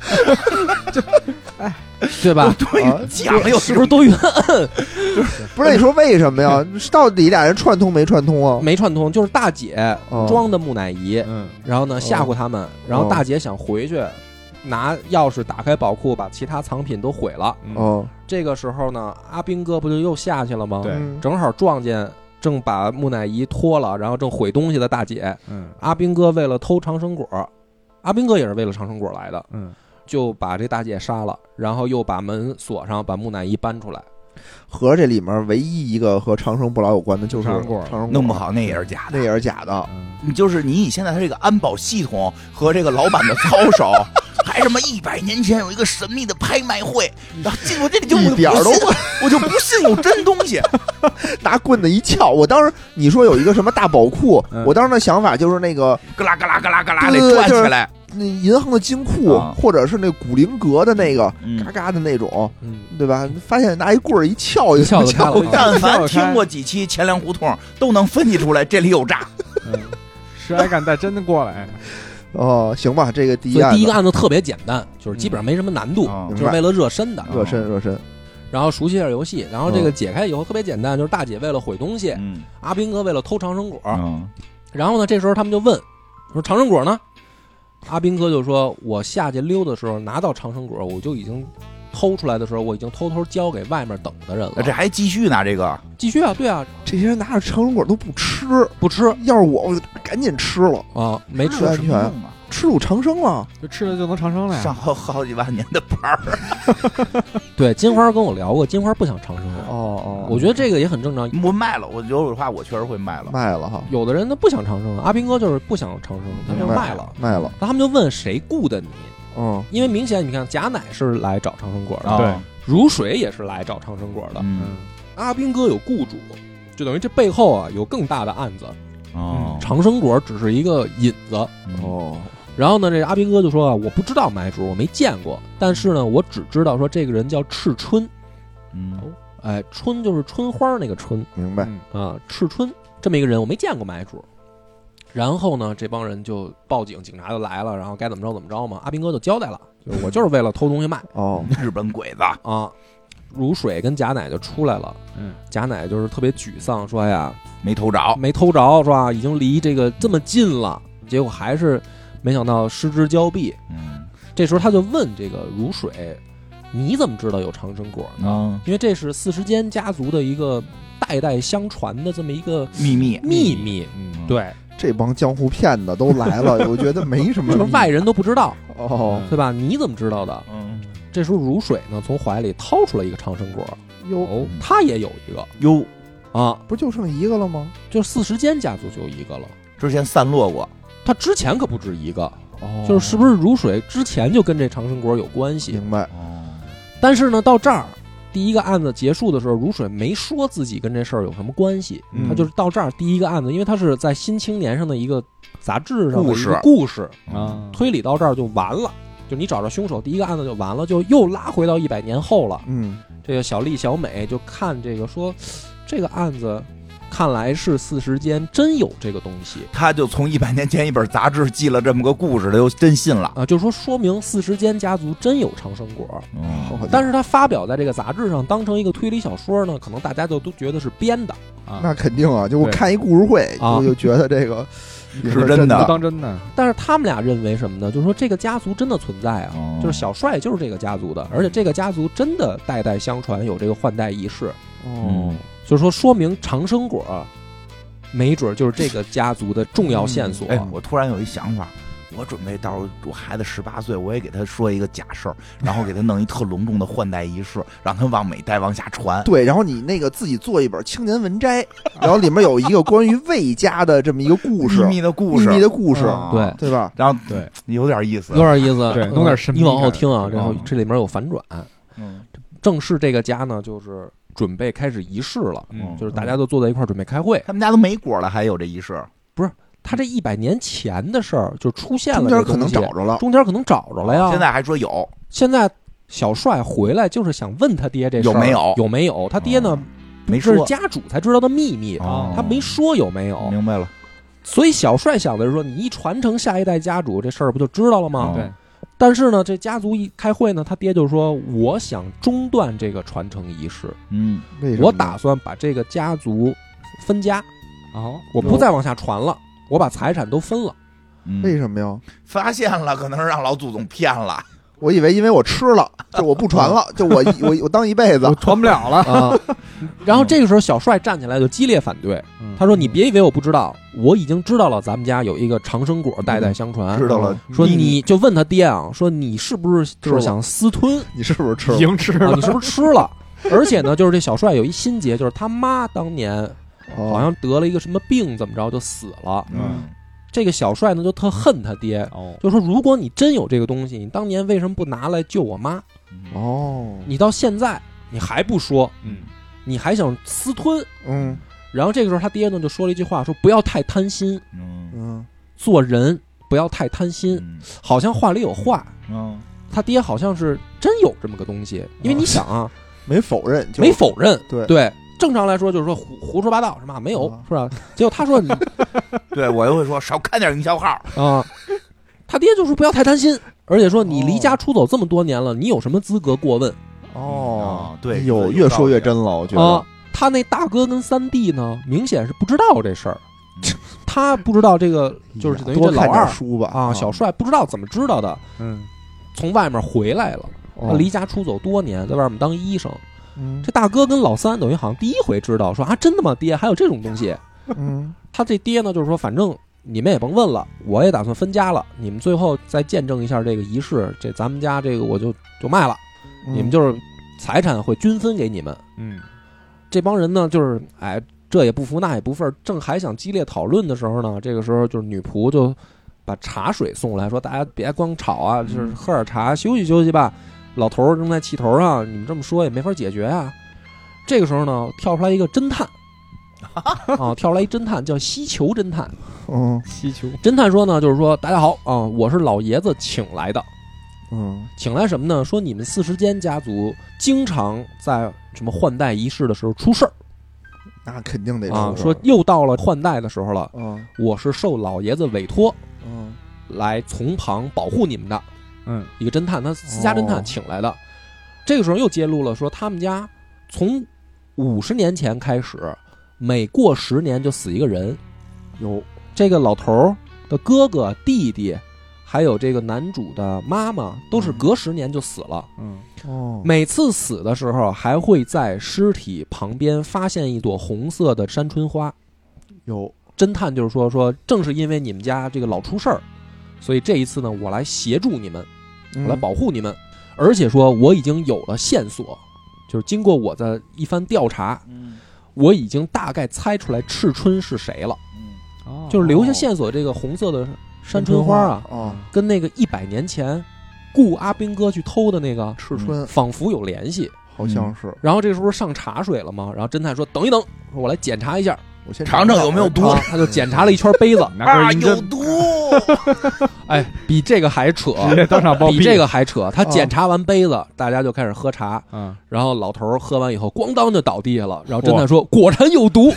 对吧？ 对啊讲有是不是多余摁？ 不是你说为什么呀？到底俩人串通没串通啊？ 没串通，就是大姐哦装的木乃伊， 嗯， 然后呢吓唬他们，然后大姐想回去拿钥匙打开宝库，把其他藏品都毁了。 嗯哦， 这个时候呢，阿兵哥不就又下去了吗？ 对嗯正好撞见正把木乃伊脱了，然后正毁东西的大姐。 嗯阿兵哥为了偷长生果，阿兵哥也是为了长生果来的， 嗯， 就把这大姐杀了，然后又把门锁上，把木乃伊搬出来。 合着这里面唯一一个和长生不老有关的就是长生果长生果弄不好那也是假的。 那也是假的。 嗯你就是你以现在他这个安保系统和这个老板的操守，还什么一百年前有一个神秘的拍卖会，然后进我这里就一点儿都不信我就不信有真东西。 拿棍子一撬，我当时你说有一个什么大宝库， 嗯我当时的想法就是那个咯啦咯啦咯啦咯啦对得转起来， 那银行的金库， 啊或者是那古灵阁的那个嗯嘎嘎的那种， 嗯， 对吧？发现拿一棍儿一撬就一撬就开了撬但凡听过几期钱粮胡同，都能分析出来这里有诈。 嗯，谁还敢带真的过来？ 哦，行吧，这个第一所以案子第一个案子特别简单，就是基本上没什么难度， 嗯就是为了热身的。 热身热身， 然后熟悉一下游戏，然后这个解开以后特别简单，就是大姐为了毁东西， 嗯阿兵哥为了偷长生果。 嗯然后呢，这时候他们就问说长生果呢？阿兵哥就说：“我下去溜的时候拿到长生果，我就已经偷出来的时候，我已经偷偷交给外面等的人了。 这还继续呢，这个继续啊，对啊， 这些人拿着长生果都不吃， 不吃要是我，我就赶紧吃了， 啊，没吃是安全什么用啊？ 吃入长生了。 就吃了就能长生了呀？ 上好好几万年的班儿， 对。金花跟我聊过，金花不想长生了。 哦哦， 我觉得这个也很正常。 我卖了，我有的话我确实会卖了。 卖了哈， 有的人他不想长生，阿兵哥就是不想长生，他就卖了。 卖了， 那他们就问谁雇的你？ 嗯因为明显你看贾乃是来找长生果的， 啊对， 如水也是来找长生果的。 嗯阿兵哥有雇主，就等于这背后啊有更大的案子。 哦长生果只是一个引子。 哦， 然后呢，这阿兵哥就说啊，我不知道买主，我没见过，但是呢，我只知道说这个人叫赤春， 嗯哎，春就是春花那个春明白， 嗯啊，赤春这么一个人，我没见过买主。然后呢，这帮人就报警，警察就来了，然后该怎么着怎么着嘛。阿兵哥就交代了，就是我就是为了偷东西卖哦， 日本鬼子， 啊。如水跟贾乃就出来了， 嗯， 贾乃就是特别沮丧，说呀， 没偷着。 没偷着是吧？已经离这个这么近了，结果还是没想到失之交臂。 嗯这时候他就问这个如水，你怎么知道有长生果呢？ 啊， 因为这是四十间家族的一个代代相传的这么一个秘密秘密。 嗯， 对， 这帮江湖骗子都来了，我觉得没什么这个外人都不知道， 哦， 对吧？你怎么知道的？ 嗯这时候如水呢，从怀里掏出了一个长生果， 哟， 哦，他也有一个哟， 啊， 不就剩一个了吗？ 就四十间家族就有一个了。 之前散落过。 他之前可不止一个， 哦， 就是是不是如水之前就跟这长生果有关系？ 明白？ 哦， 但是呢，到这儿第一个案子结束的时候，如水没说自己跟这事儿有什么关系， 嗯他就是到这儿第一个案子，因为他是在《新青年》上的一个杂志上的一故事个故事， 啊， 推理到这儿就完了，就你找着凶手，第一个案子就完了，就又拉回到一百年后了。 嗯， 这个小丽、小美就看这个说，这个案子看来是四十间真有这个东西他就从一百年前一本杂志记了这么个故事，他就真信了。 啊，就是说说明四十间家族真有长生果。 嗯好但是他发表在这个杂志上当成一个推理小说呢，可能大家就都觉得是编的。 啊那肯定啊，就我对看一故事会， 啊我就觉得这个是真的不当真的， 但是他们俩认为什么呢？就是说这个家族真的存在啊， 哦就是小帅就是这个家族的，而且这个家族真的代代相传有这个换代仪式， 哦， 就是说说明长生果没准就是这个家族的重要线索。 哎，我突然有一想法，我准备到时候我孩子十八岁，我也给他说一个假事儿，然后给他弄一特隆重的换代仪式，让他往每代往下传。 对，然后你那个自己做一本青年文摘，然后里面有一个关于魏家的这么一个故事， 秘密的故事， 秘密的故事， 啊对对吧？ 然后对， 有点意思， 有点意思， 对嗯弄点神秘你往后感听啊， 嗯然后这里面有反转。 嗯正式这个家呢，就是准备开始仪式了， 嗯就是大家都坐在一块儿准备开会。 他们家都没果了，还有这仪式。 他这一百年前的事儿就出现了中间可能这个东西， 找着了， 中间可能找着了呀。 现在还说有， 现在小帅回来就是想问他爹这事儿有没有有没有？他爹呢， 没这是说。 家主才知道的秘密， 哦他没说有没有。 明白了， 所以小帅想的是说，你一传承下一代家主，这事儿不就知道了吗？ 哦对， 但是呢，这家族一开会呢，他爹就说，我想中断这个传承仪式， 嗯， 为什么呢我打算把这个家族分家， 哦， 我不再往下传了，我把财产都分了。 嗯为什么呀？ 发现了，可能是让老祖宗骗了。 我以为因为我吃了，就我不传了，就我一我我当一辈子我传不了了。 啊。然后这个时候，小帅站起来就激烈反对， 嗯他说：“你别以为我不知道，我已经知道了，咱们家有一个长生果，代代相传。 知道了， 说秘密你就问他爹啊，说你是不是就是想私吞？ 你是不是吃已了？ 啊， 经吃了你，是不是吃了？而且呢，就是这小帅有一心结，就是他妈当年哦好像得了一个什么病，怎么着就死了。 嗯这个小帅呢就特恨他爹， 哦， 就说如果你真有这个东西，你当年为什么不拿来救我妈？ 哦， 你到现在你还不说， 嗯你还想私吞？ 嗯然后这个时候他爹呢就说了一句话，说不要太贪心， 嗯嗯做人不要太贪心。 嗯好像话里有话， 嗯他爹好像是真有这么个东西，因为你想啊， 没否认，就没否认， 对对。正常来说就是说胡胡说八道是吧？没有啊是吧？结果他说你对我就会说少看点营销号。 啊，他爹就说不要太贪心，而且说你离家出走这么多年了，你有什么资格过问哦啊，对哎呦， 有越说越道理真了，我觉啊得。？ 他那大哥跟三弟呢，明显是不知道这事儿，他不知道这个就是等于这多看点老二书吧啊，小帅不知道怎么知道的， 嗯从外面回来了，他哦离家出走多年，在外面当医生。 嗯这大哥跟老三等于好像第一回知道说啊，真的吗？爹还有这种东西？ 嗯他这爹呢，就是说反正你们也甭问了，我也打算分家了，你们最后再见证一下这个仪式，这咱们家这个我就就卖了， 嗯你们就是财产会均分给你们。 嗯这帮人呢，就是哎，这也不服那也不忿，正还想激烈讨论的时候呢，这个时候就是女仆就把茶水送来，说大家别光吵啊，就是喝点茶，休息休息吧。老头儿正在气头上，你们这么说也没法解决啊。这个时候呢，跳出来一个侦探，啊，跳出来一侦探叫西球侦探。 嗯希求侦探说呢，就是说大家好啊，我是老爷子请来的， 嗯请来什么呢？说你们四十间家族经常在什么换代仪式的时候出事儿那肯定得啊， 是说又到了换代的时候了， 嗯我是受老爷子委托嗯来从旁保护你们的嗯一个侦探，他私家侦探哦请来的。这个时候又揭露了说他们家从五十年前开始，每过十年就死一个人。 有这个老头儿的哥哥、弟弟，还有这个男主的妈妈，都是隔十年就死了。 嗯哦每次死的时候，还会在尸体旁边发现一朵红色的山春花。 有侦探就是说说，正是因为你们家这个老出事儿，所以这一次呢，我来协助你们， 嗯我来保护你们，而且说我已经有了线索，就是经过我的一番调查， 嗯我已经大概猜出来赤春是谁了。 嗯哦就是留下线索，这个红色的山春花啊， 啊跟那个一百年前雇阿兵哥去偷的那个赤春仿佛有联系。 好像是然后这个时候上茶水了嘛，然后侦探说等一等，说我来检查一下， 我先尝尝有没有毒啊，他就检查了一圈杯子， 拿啊， 根银针有毒！ 哎，比这个还扯， 直接当场暴毙。 比这个还扯。他检查完杯子，大家就开始喝茶， 嗯然后老头儿喝完以后，咣当就倒地下了。然后侦探说：“果然有毒。”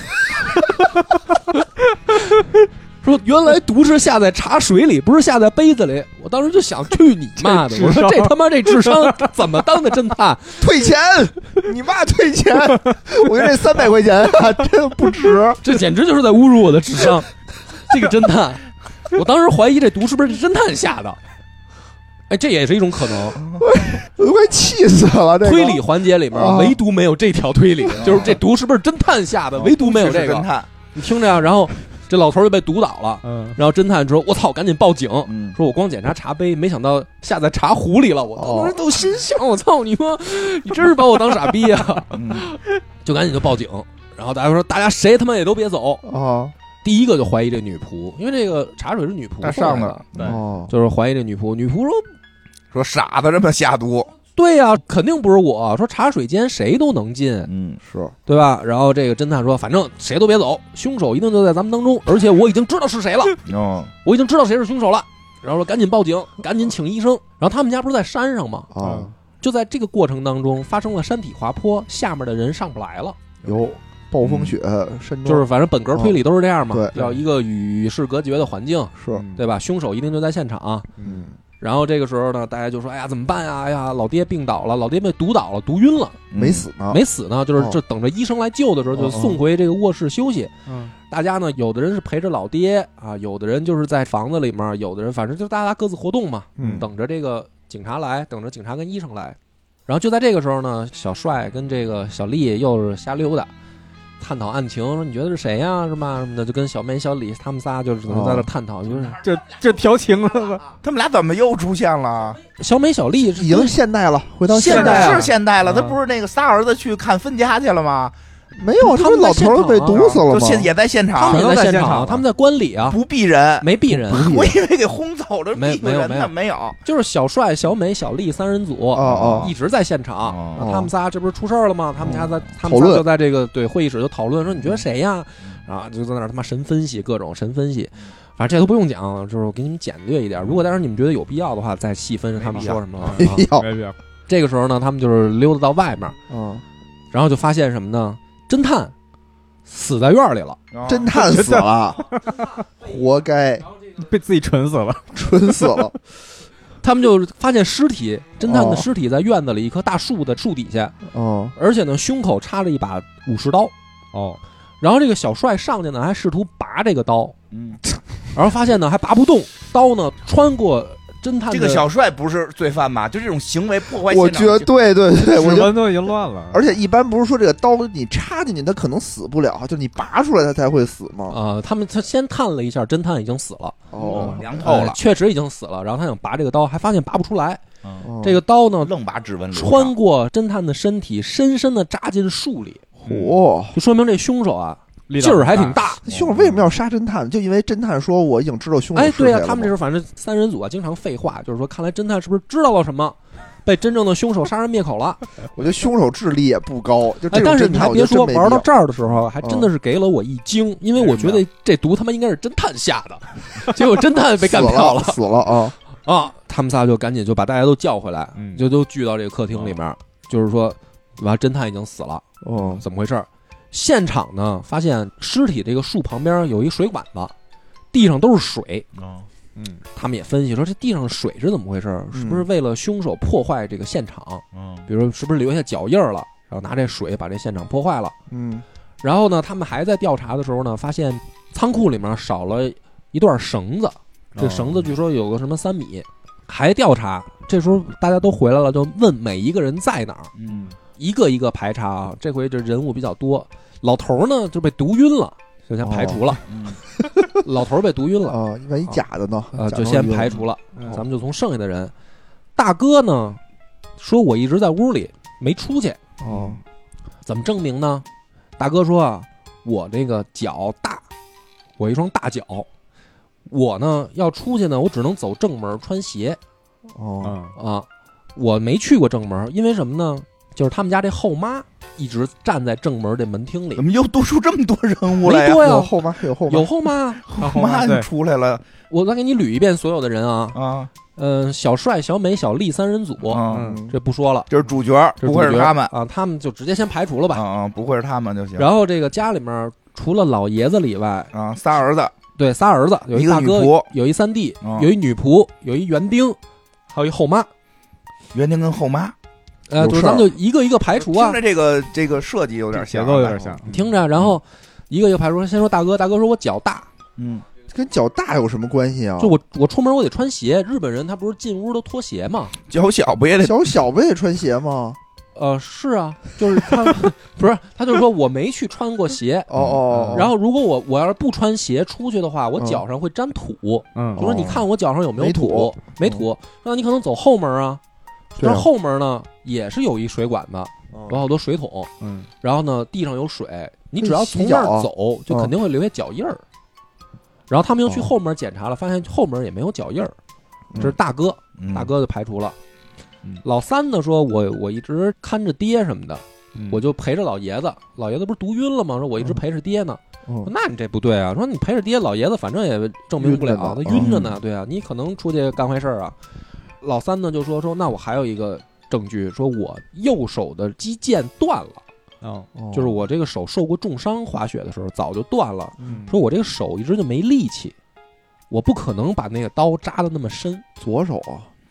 说原来毒是下在茶水里，不是下在杯子里。我当时就想，去你妈的！ 这智商我说这他妈这智商怎么当的侦探？ 退钱，你妈退钱！我觉得这三百块钱啊，真的不值。 这简直就是在侮辱我的智商。这个侦探，我当时怀疑这毒是不是这侦探下的。哎，这也是一种可能。 我都快气死了！这个推理环节里面啊唯独没有这条推理，就是这毒是不是侦探下的，唯独没有这个。 是侦探， 你听着呀，然后这老头儿就被毒倒了， 嗯然后侦探说：“我操，赶紧报警！” 嗯， 说我光检查茶杯，没想到下在茶壶里了。我当时都心想：我操你妈！你真是把我当傻逼呀！ 嗯就赶紧就报警。然后大家说：“大家谁他妈也都别走。 啊” 第一个就怀疑这女仆，因为这个茶水是女仆他送来的上的，对， 哦， 就是怀疑这女仆。女仆说说傻子这么下毒，：“ 对呀、肯定不是我。说茶水间谁都能进， 嗯， 是对吧？”然后这个侦探说：“反正谁都别走，凶手一定就在咱们当中，而且我已经知道是谁了， 哦， 我已经知道谁是凶手了。”然后说：“赶紧报警，赶紧请医生。”然后他们家不是在山上吗？ 啊， 就在这个过程当中发生了山体滑坡，下面的人上不来了。 有暴风雪山庄， 就是反正本格推理都是这样嘛， 对要一个与世隔绝的环境， 是对吧？凶手一定就在现场。 嗯然后这个时候呢，大家就说：“哎呀，怎么办呀？哎呀，老爹病倒了，老爹被毒倒了，毒晕了， 没死呢， 没死呢，就是哦这等着医生来救的时候，就哦哦送回这个卧室休息。 嗯大家呢，有的人是陪着老爹啊，有的人就是在房子里面，有的人反正就大家各自活动嘛， 嗯等着这个警察来，等着警察跟医生来。然后就在这个时候呢，小帅跟这个小丽又是瞎溜达，探讨案情，说你觉得是谁呀、是吧？什么的，就跟小美、小李他们仨就是在那探讨，就是这这调情了吧？ 他们俩怎么又出现了？ 小美、小丽已经现代了，回到现代代啊是现代了， 啊他不是那个仨儿子去看分家去了吗？ 没有， 他们在这老头儿被毒死了吗？ 就现也在现他场们，也在现全都在现场场， 了他们在观礼啊， 不避人， 没毙人， 我以为给轰走了， 没避人呢， 没有没有。 就是小帅、小美、小丽三人组哦哦一直在现场。 哦然后他们仨这不是出事儿了吗？他们家在他们讨论仨就在这个对会议室就讨论说你觉得谁呀？啊，就在那儿他妈神分析各种神分析，反正这都不用讲，就是我给你们简略一点。如果当时你们觉得有必要的话，再细分他们说什么了。啊没必要， 没必要。 这个时候呢，他们就是溜达到外面， 嗯， 然后就发现什么呢？侦探死在院里了。 侦探死了，活该， 被自己蠢死了。 蠢死了， 他们就发现尸体，侦探的尸体在院子里一棵大树的树底下， 哦， 而且呢胸口插着一把武士刀。 哦， 然后这个小帅上去呢，还试图拔这个刀， 嗯， 然后发现呢还拔不动，刀呢穿过侦探的这个小帅不是罪犯吧？就这种行为破坏现场。 我觉得对对对，我觉得。 指纹都已经乱了。 而且一般不是说这个刀你插进去，它可能死不了，就你拔出来它才会死吗？ 呃，他们他先探了一下，侦探已经死了， 哦， 凉透了， 呃确实已经死了。然后他想拔这个刀，还发现拔不出来。 嗯哦这个刀呢愣把指纹留上穿过侦探的身体，深深的扎进树里， 嚯， 就说明这凶手啊力道劲儿还挺大。 那凶手为什么要杀侦探？就因为侦探说我已经知道凶手哎， 是谁了吗。 对啊，他们这时候反正三人组啊，经常废话，就是说，看来侦探是不是知道了什么，被真正的凶手杀人灭口了？ 我觉得凶手智力也不高，就这哎， 种但是你还别说， 侦探我觉得真没必玩到这儿的时候，还真的是给了我一惊，因为我觉为什得这毒他妈应该是侦探下的，结果侦探被要干掉死了，死了啊！ 啊！他们仨就赶紧就把大家都叫回来， 嗯就都聚到这个客厅里面，就是说，完侦探已经死了， 哦， 怎么回事？现场呢，发现尸体这个树旁边有一水管子，地上都是水。 哦嗯他们也分析说，这地上的水是怎么回事？ 嗯是不是为了凶手破坏这个现场？ 嗯比如说，是不是留下脚印儿了？然后拿这水把这现场破坏了。 嗯， 然后呢，他们还在调查的时候呢，发现仓库里面少了一段绳子，这绳子据说有个什么三米。还调查，这时候大家都回来了，就问每一个人在哪儿， 嗯一个一个排查啊。这回这人物比较多，老头呢就被毒晕了，就先排除了。 嗯老头被毒晕了， 啊，万一假的呢？ 呃， 假就先装晕排除了。 嗯咱们就从剩下的人，大哥呢说我一直在屋里没出去， 哦， 怎么证明呢？大哥说啊，我这个脚大，我一双大脚，我呢要出去呢，我只能走正门穿鞋哦， 嗯啊，我没去过正门，因为什么呢？就是他们家这后妈一直站在正门这门厅里怎，么又多出这么多人物来呀？ 没多呀， 有后妈，有后妈， 有后妈。 妈对出来了我再给你捋一遍所有的人啊， 啊！ 嗯、小帅、小美、小丽三人组， 嗯， 嗯， 这不说了， 这是主角，不这主角会是他们啊，他们就直接先排除了吧。 啊啊，不会是他们就行。 然后这个家里面除了老爷子以外， 啊，仨儿子， 对，仨儿子，有一个大哥女仆， 有一三弟， 嗯有一女仆，有一园丁，还有一后妈。 园丁跟后妈， 呃， 有事儿就是咱们就一个一个排除啊听，着这个这个设计有点节像， 奏有点像。 你听着，然后一个一个排除。先说大哥，大哥说我脚大， 嗯， 跟脚大有什么关系啊？ 就我我出门我得穿鞋。日本人他不是进屋都脱鞋吗？ 脚小不也得小小不也穿鞋吗？ 呃，是啊，就是他不是，他就说我没去穿过鞋。 哦哦， 然后如果我我要是不穿鞋出去的话，我嗯脚上会沾土。 嗯就说你看我脚上有没有没土没土，那你可能走后门啊。 对啊但是后门呢也是有一水管的， 哦有好多水桶， 嗯然后呢地上有水，你只要从那儿洗脚啊走，就肯定会留下脚印儿。然后他们又去后门检查了，发现后门也没有脚印儿。这是大哥， 嗯大哥就排除了嗯。 老三呢说，我我一直看着爹什么的， 嗯我就陪着老爷子。老爷子不是毒晕了吗？说我一直陪着爹呢。 哦说那你这不对啊！说你陪着爹，老爷子反正也证明不了，他晕着呢晕着呢。对啊，你可能出去干坏事儿啊。老三呢就说说，那我还有一个证据，说我右手的肌腱断了， 哦哦就是我这个手受过重伤，滑雪的时候早就断了。 嗯说我这个手一直就没力气，我不可能把那个刀扎的那么深。 左手啊，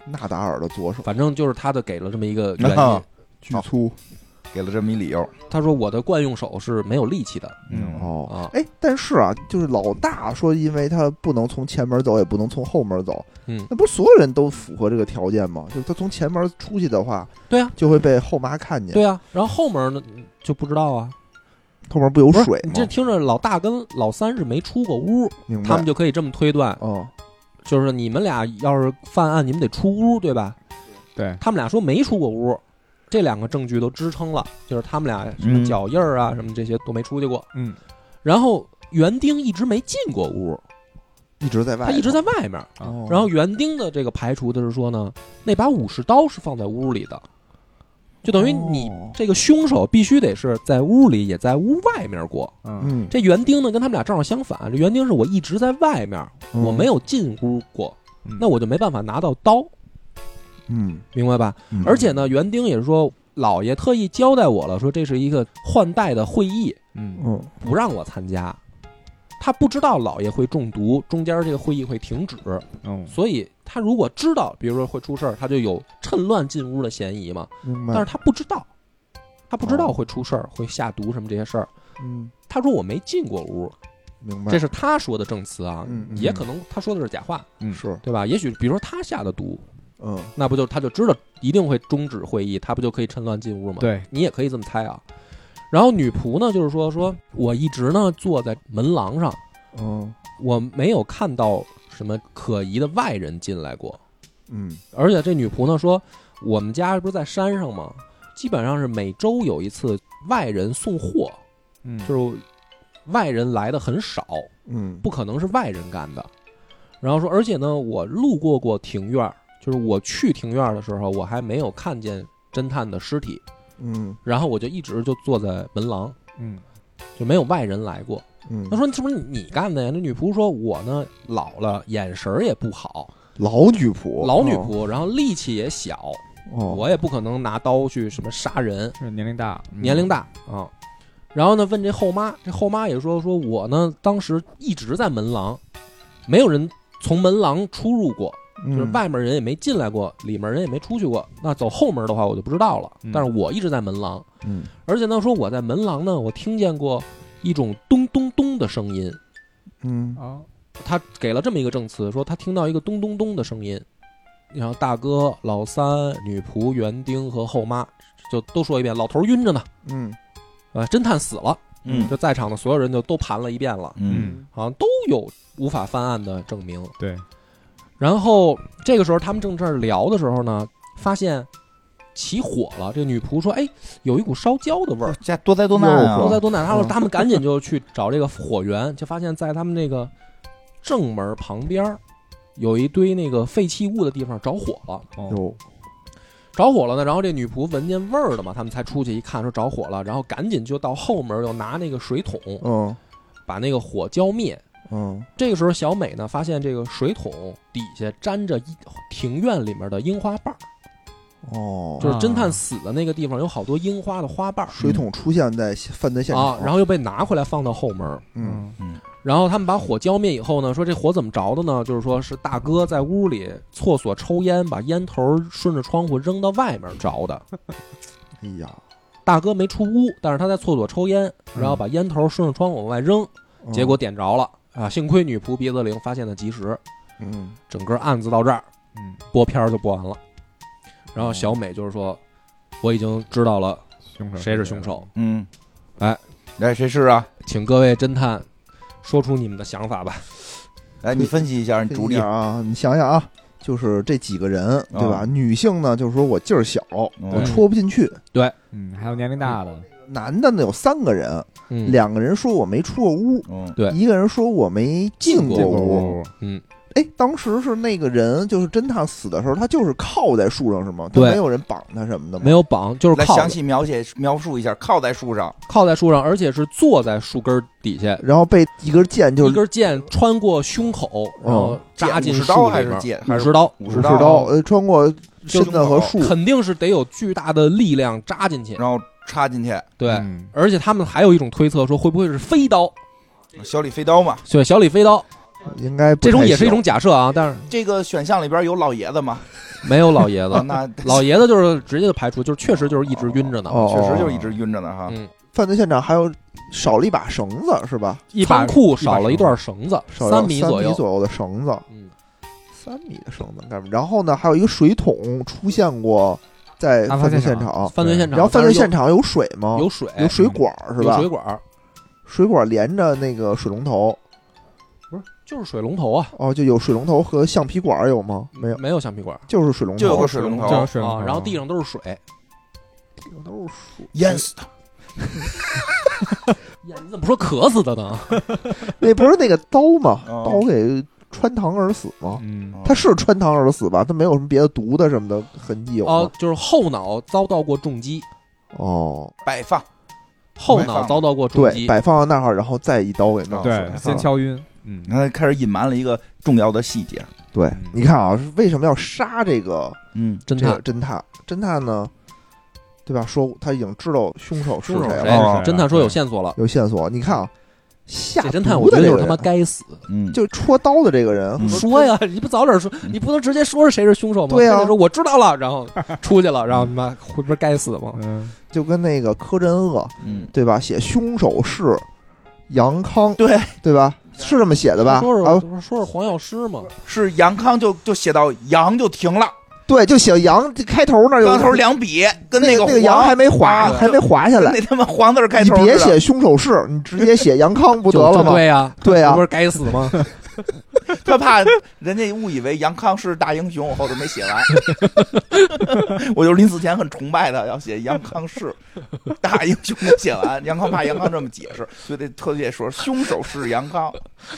纳达尔的左手反正就是他的给了这么一个原因。 啊巨粗。 给了这么一理由。 他说我的惯用手是没有力气的。 嗯哦啊， 哎，但是啊，就是老大说，因为他不能从前门走，也不能从后门走， 嗯， 那不是所有人都符合这个条件吗？就是他从前门出去的话， 对啊， 就会被后妈看见。 对啊，然后后门呢就不知道啊。 后面不有不是水吗？ 你这听着，老大跟老三是没出过屋， 明白？ 他们就可以这么推断， 哦， 就是你们俩要是犯案，你们得出屋，对吧？ 对， 他们俩说没出过屋，这两个证据都支撑了，就是他们俩什么脚印儿啊，什么这些都没出去过。 嗯， 然后园丁一直没进过屋， 一直在外， 他一直在外面。 哦。 然后园丁的这个排除的是说呢，那把武士刀是放在屋里的，就等于你哦这个凶手必须得是在屋里也在屋外面过。 嗯嗯， 这园丁呢跟他们俩正好相反，这园丁是我一直在外面， 嗯我没有进屋过， 嗯那我就没办法拿到刀， 嗯， 明白吧？ 嗯而且呢，园丁也是说，老爷特意交代我了，说这是一个换代的会议， 嗯嗯不让我参加。他不知道老爷会中毒，中间这个会议会停止， 嗯所以他如果知道，比如说会出事儿，他就有趁乱进屋的嫌疑嘛。 明白。 但是他不知道，他不知道会出事儿，会下毒什么这些事儿。 嗯， 他说我没进过屋， 明白。 这是他说的证词啊， 嗯嗯也可能他说的是假话， 嗯是对吧？也许比如说他下的毒， 嗯那不就他就知道一定会终止会议，他不就可以趁乱进屋吗？， 对， 你也可以这么猜啊。然后女仆呢，就是说说我一直呢坐在门廊上， 嗯我没有看到什么可疑的外人进来过。 嗯而且这女仆呢说，我们家不是在山上吗？基本上是每周有一次外人送货， 嗯就是外人来的很少， 嗯， 不可能是外人干的。然后说，而且呢，我路过过庭院，就是我去庭院的时候，我还没有看见侦探的尸体， 嗯然后我就一直就坐在门廊， 嗯就没有外人来过。 嗯， 他说：“这不是你干的呀？”那女仆说：“我呢老了，眼神儿也不好， 老女仆， 老女仆，然后力气也小， 哦， 我也不可能拿刀去什么杀人， 是年龄大，嗯年龄大啊。”然后呢，问这后妈，这后妈也说：“说我呢当时一直在门廊，没有人从门廊出入过， 嗯就是外面人也没进来过，里面人也没出去过。那走后门的话，我就不知道了。 嗯但是我一直在门廊， 嗯而且呢，说我在门廊呢，我听见过一种咚咚咚的声音。 嗯啊， 他给了这么一个证词，说他听到一个咚咚咚的声音。然后大哥、老三、女仆、园丁和后妈就都说一遍，老头晕着呢， 嗯呃，侦探死了。 嗯就在场的所有人就都盘了一遍了， 嗯好像都有无法翻案的证明。 对， 然后这个时候他们正这儿聊的时候呢，发现起火了。这女仆说：“哎，有一股烧焦的味儿。” 这多灾多难啊！ 多灾多难。他说嗯他们赶紧就去找这个火源，就发现在他们那个正门旁边有一堆那个废弃物的地方着火了。 哦， 有着火了呢，然后这女仆闻见味儿了嘛，他们才出去一看，说着火了，然后赶紧就到后门又拿那个水桶， 嗯把那个火浇灭。 嗯这个时候，小美呢发现这个水桶底下粘着一庭院里面的樱花瓣儿， 哦， 就是侦探死的那个地方有好多樱花的花瓣儿水桶出现在犯罪现场啊，然后又被拿回来放到后门。 嗯然后他们把火浇灭以后呢，说这火怎么着的呢？就是说是大哥在屋里厕所抽烟，把烟头顺着窗户扔到外面着的。 哎呀， 大哥没出屋，但是他在厕所抽烟，然后把烟头顺着窗户往外扔， 嗯结果点着了啊！幸亏女仆鼻子灵，发现的及时。 嗯整个案子到这儿， 嗯， 播片儿就播完了。然后小美就是说，我已经知道了凶手谁是凶手， 嗯， 哎， 来谁是啊？ 请各位侦探说出你们的想法吧。 来，你分析一下，你主力这样啊，你想想啊，就是这几个人对吧？ 啊女性呢，就是说我劲儿小，我嗯戳不进去； 嗯，还有年龄大的， 男的呢有三个人， 嗯， 两个人说我没出过屋， 嗯对一个人说我没进过进过屋。 屋， 嗯， 哎，当时是那个人，就是侦探死的时候，他就是靠在树上是吗？就对没有人绑他什么的吗？ 没有绑，就是靠来详细描写描述一下，靠在树上， 靠在树上，而且是坐在树根底下， 然后被一根剑就一根剑穿过胸口，然后扎进树剑武士刀还里边。 是剑还是武士刀， 武士武士刀， 刀， 呃，穿过身子和树， 肯定是得有巨大的力量扎进去。 然后插进去， 对， 嗯而且他们还有一种推测说，会不会是飞刀？ 小李飞刀嘛， 对，小李飞刀。 应该不这种太行也是一种假设啊，但是这个选项里边有老爷子吗？ 没有老爷子啊，，那老爷子就是直接就排除，就是确实就是一直晕着呢。 哦， 确实就是一直晕着呢哈。 嗯， 犯罪现场还有少了一把绳子是吧？ 一把仓库少了一段绳子， 少了三米左右。 三米左右的绳子， 嗯， 三米的绳子干什么？然后呢，还有一个水桶出现过在案发犯罪现场现场， 犯罪现场， 然后犯罪现场场有水吗？ 有水， 有水管儿是吧？ 有水管儿， 水管连着那个水龙头， 不是就是水龙头啊？ 哦，就有水龙头和橡皮管儿有吗？没有， 没有橡皮管儿， 就是水龙头， 就有个水龙头这有水龙啊， 头然后地上都是水， 都是水。 淹死他！ 呀，你怎么不说渴死的呢？ 那不是那个刀吗？ 哦刀给穿膛而死吗？ 嗯， 他是穿膛而死吧？他没有什么别的毒的什么的痕迹有吗？ 哦，就是后脑遭到过重击， 哦， 摆放， 后脑遭到过重对， 击， 摆放到那儿，然后再一刀给弄死。 对， 啊先敲晕，嗯你，看开始隐瞒了一个重要的细节。 对嗯， 你看啊，为什么要杀这个嗯， 这侦探个侦探？侦探呢，对吧？说他已经知道凶手是凶手谁谁了， 哦侦探说有线索了， 有线索。你看啊，下这侦探毒我觉得就是他妈的这个人， 该死。 嗯， 就戳刀的这个人， 嗯说呀，你不早点说，你不能直接说是谁是凶手吗？ 对啊非得说我知道了，然后出去了，然后他妈不是该死吗？ 嗯， 就跟那个柯震恶， 嗯， 对吧？写凶手是杨康， 对， 对吧？是这么写的吧？ 说是啊， 说是黄药师嘛， 是杨康就就写到杨就停了， 对，就写杨开头那儿有刚头两笔跟个那那个杨黄还没划， 啊还没划下来跟那。他妈黄字开你头似的， 别写凶手是，你直接写杨康不就得了吗？ 就对呀， 对呀这不是该死吗？ 他怕人家误以为杨康是大英雄，我后头没写完。我就临死前很崇拜他，要写杨康是大英雄没写完。杨康怕杨康这么解释，所以得特别说凶手是杨康。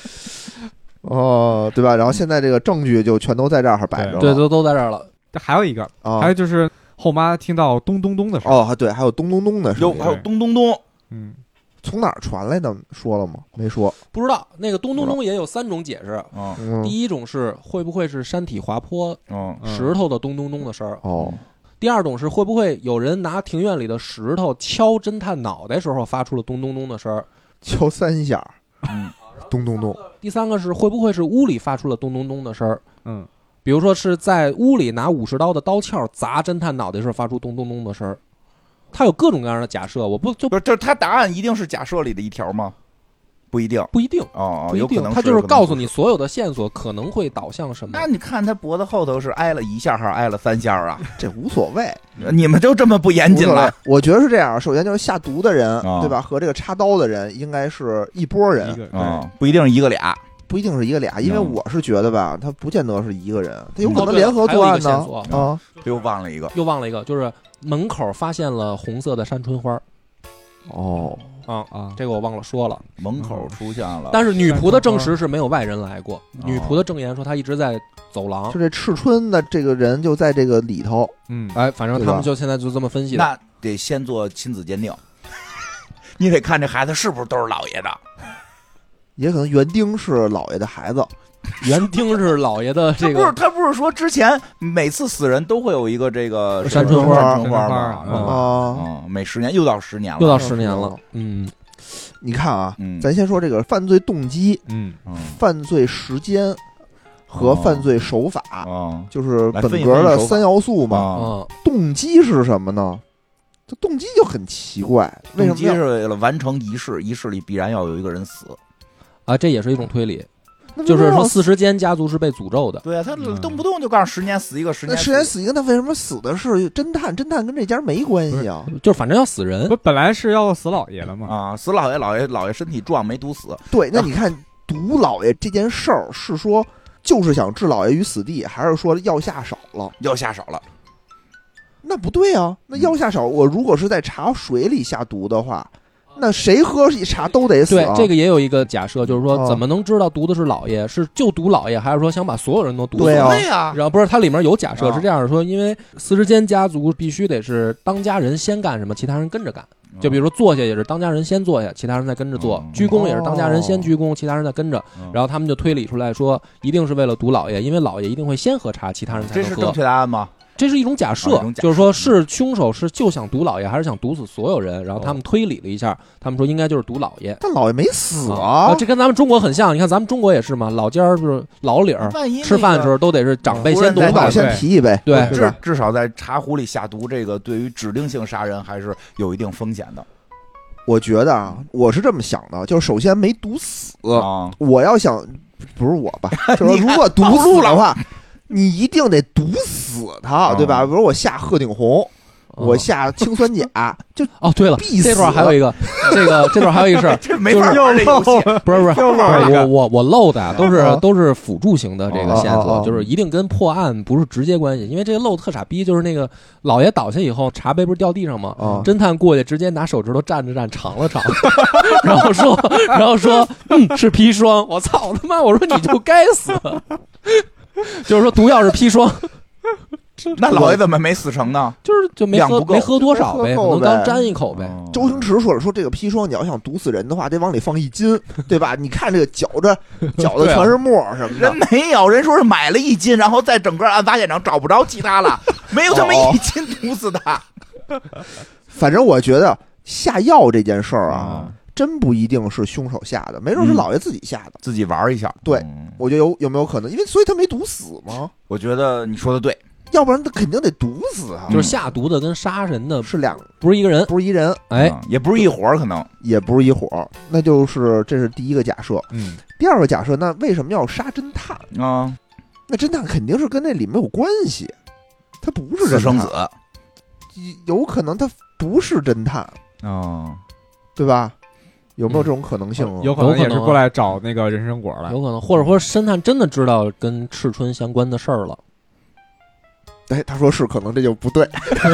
哦，对吧？然后现在这个证据就全都在这儿摆着了。 对，都都在这儿了。 这还有一个， 啊， 还有就是后妈听到咚咚咚的声， 哦，对，还有咚咚咚的声音， 有还有咚咚咚， 嗯， 从哪儿传来的？说了吗？没说。 不知道那个咚咚咚也有三种解释， 嗯嗯第，一种是会不会是山体滑坡嗯嗯石头的咚咚咚的声儿， 哦， 第二种是会不会有人拿庭院里的石头敲侦探脑袋时候发出了咚咚咚的声儿， 敲三下， 嗯， 咚咚咚。 第三个是会不会是屋里发出了咚咚咚的声儿， 嗯， 比如说是在屋里拿武士刀的刀鞘砸侦探脑袋时候发出咚咚咚的声儿，它有各种各样的假设，我不就不是，就是他答案一定是假设里的一条吗？不一定。 不一定， 哦， 不一定， 有可能他就是告诉你。 你所有的线索可能会导向什么那。你看他脖子后头是挨了一下还是挨了三下啊？ 这无所谓， 你们就这么不严谨无所谓了？ 我觉得是这样，首先就是下毒的人， 啊对吧？和这个插刀的人应该是一拨一人， 个啊，不一定是一个俩。 不一定是一个俩。因为嗯我是觉得吧，他不见得是一个人，他有可哦对了能联合作案呢还有一个线索啊。 又忘了一个， 又忘了一个，就是门口发现了红色的山春花哦， 啊， 啊， 这个我忘了说了。 门口出现了， 但是女仆的证实是没有外人来过， 哦女仆的证言说她一直在走廊就。这赤春的这个人就在这个里头。 嗯， 哎，反正对吧他们就现在就这么分析的。 那得先做亲子鉴定，你得看这孩子是不是都是老爷的。 也可能园丁是老爷的孩子， 园丁是老爷的他不是这个， 他不是说之前每次死人都会有一个这个山春花山春花山春花吗？ 嗯啊。 嗯，每十年又到十年了， 又到十年了。嗯， 你看啊， 嗯咱先说这个犯罪动机、 嗯， 嗯犯罪时间和犯罪手法， 啊就是本来分析格分析手法的三要素嘛。 啊， 嗯， 动机是什么呢？这动机就很奇怪，为什么要动机是为了完成仪式，仪式里必然要有一个人死。 啊，这也是一种推理， 那就是说为什么四十间家族是被诅咒的。 对啊，他嗯动不动就告诉十年死一个，十那年十年死一个，那为什么死的是侦探？侦探跟这家没关系啊？ 就是反正要死人不，，本来是要死老爷的嘛， 啊，死老爷，老爷老爷身体壮没毒死， 对，那你看毒老爷这件事儿，是说就是想置老爷于死地，还是说药下少了？ 药下少了。 那不对啊，那药下少，我如果是在茶水里下毒的话，那谁喝茶都得死对啊。 这个也有一个假设，就是说哦怎么能知道毒的是老爷？是就毒老爷，还是说想把所有人都毒死？ 对啊对呀， 然后不是，它里面有假设啊是这样的说，因为四十间家族必须得是当家人先干什么，其他人跟着干。就比如说坐下也是当家人先坐下，其他人再跟着做； 嗯鞠躬也是当家人先鞠躬，其他人再跟着。 嗯然后他们就推理出来说，一定是为了毒老爷，因为老爷一定会先喝茶，其他人才能喝。 这是正确答案吗？ 这是一种假设， 啊、种假设就是说是凶手是就想毒老爷，还是想毒死所有人？然后他们推理了一下，他们说应该就是毒老爷。 但老爷没死啊， 啊， 这跟咱们中国很像。你看咱们中国也是嘛，老家就是老理儿， 万一、那个、 吃饭的时候都得是长辈先毒领导老先提一杯， 对， 对吧？ 至至少在茶壶里下毒，这个对于指定性杀人还是有一定风险的。 我觉得啊，我是这么想的，就是首先没毒死， 啊、 我要想不是我吧，就是如果毒死的话，你一定得毒死他， 哦、 对吧？比如我下鹤顶红。 哦、 我下氰酸钾就哦，对了，这段还有一个，这个这段还有一事儿， 这没法玩这游戏， 不是不是，我我我漏的啊，都是哦都是辅助型的这个线索， 哦哦哦就是一定跟破案不是直接关系，因为这个漏特傻逼，就是那个老爷倒下以后，茶杯不是掉地上吗？ 哦、 侦探过去直接拿手指头蘸着蘸，尝了尝，然后说，然后说，嗯，是砒霜，我操他妈，我说你就该死，就是说毒药是砒霜。 那老爷怎么没死成呢？ 就是就没喝没喝多少呗，可能刚沾一口呗。 哦、 周星驰说了，说这个砒霜你要想毒死人的话，得往里放一斤，对吧？你看这个搅着搅的全是沫什么的。 人没有人说是买了一斤，然后在整个案发现场找不着其他了，没有这么一斤毒死的。 反正我觉得下药这件事儿啊。 嗯真不一定是凶手下的，没准是老爷自己下的， 嗯、自己玩一下。 对， 嗯、 我觉得有有没有可能？因为所以他没毒死吗？ 我觉得你说的对， 要不然他肯定得毒死啊。 就是下毒的跟杀人的是两， 不是一个人， 不是一人， 哎、 嗯，也不是一伙儿，可能也不是一伙儿。那就是这是第一个假设。 嗯， 第二个假设，那为什么要杀侦探啊？ 那侦探肯定是跟那里没有关系，他不是私生子， 有可能他不是侦探啊、哦， 对吧？有没有这种可能性、啊嗯？有可能也是过来找那个人参果来， 有可能，或者说侦探真的知道跟赤春相关的事儿了。 哎，他说是，可能这就不对。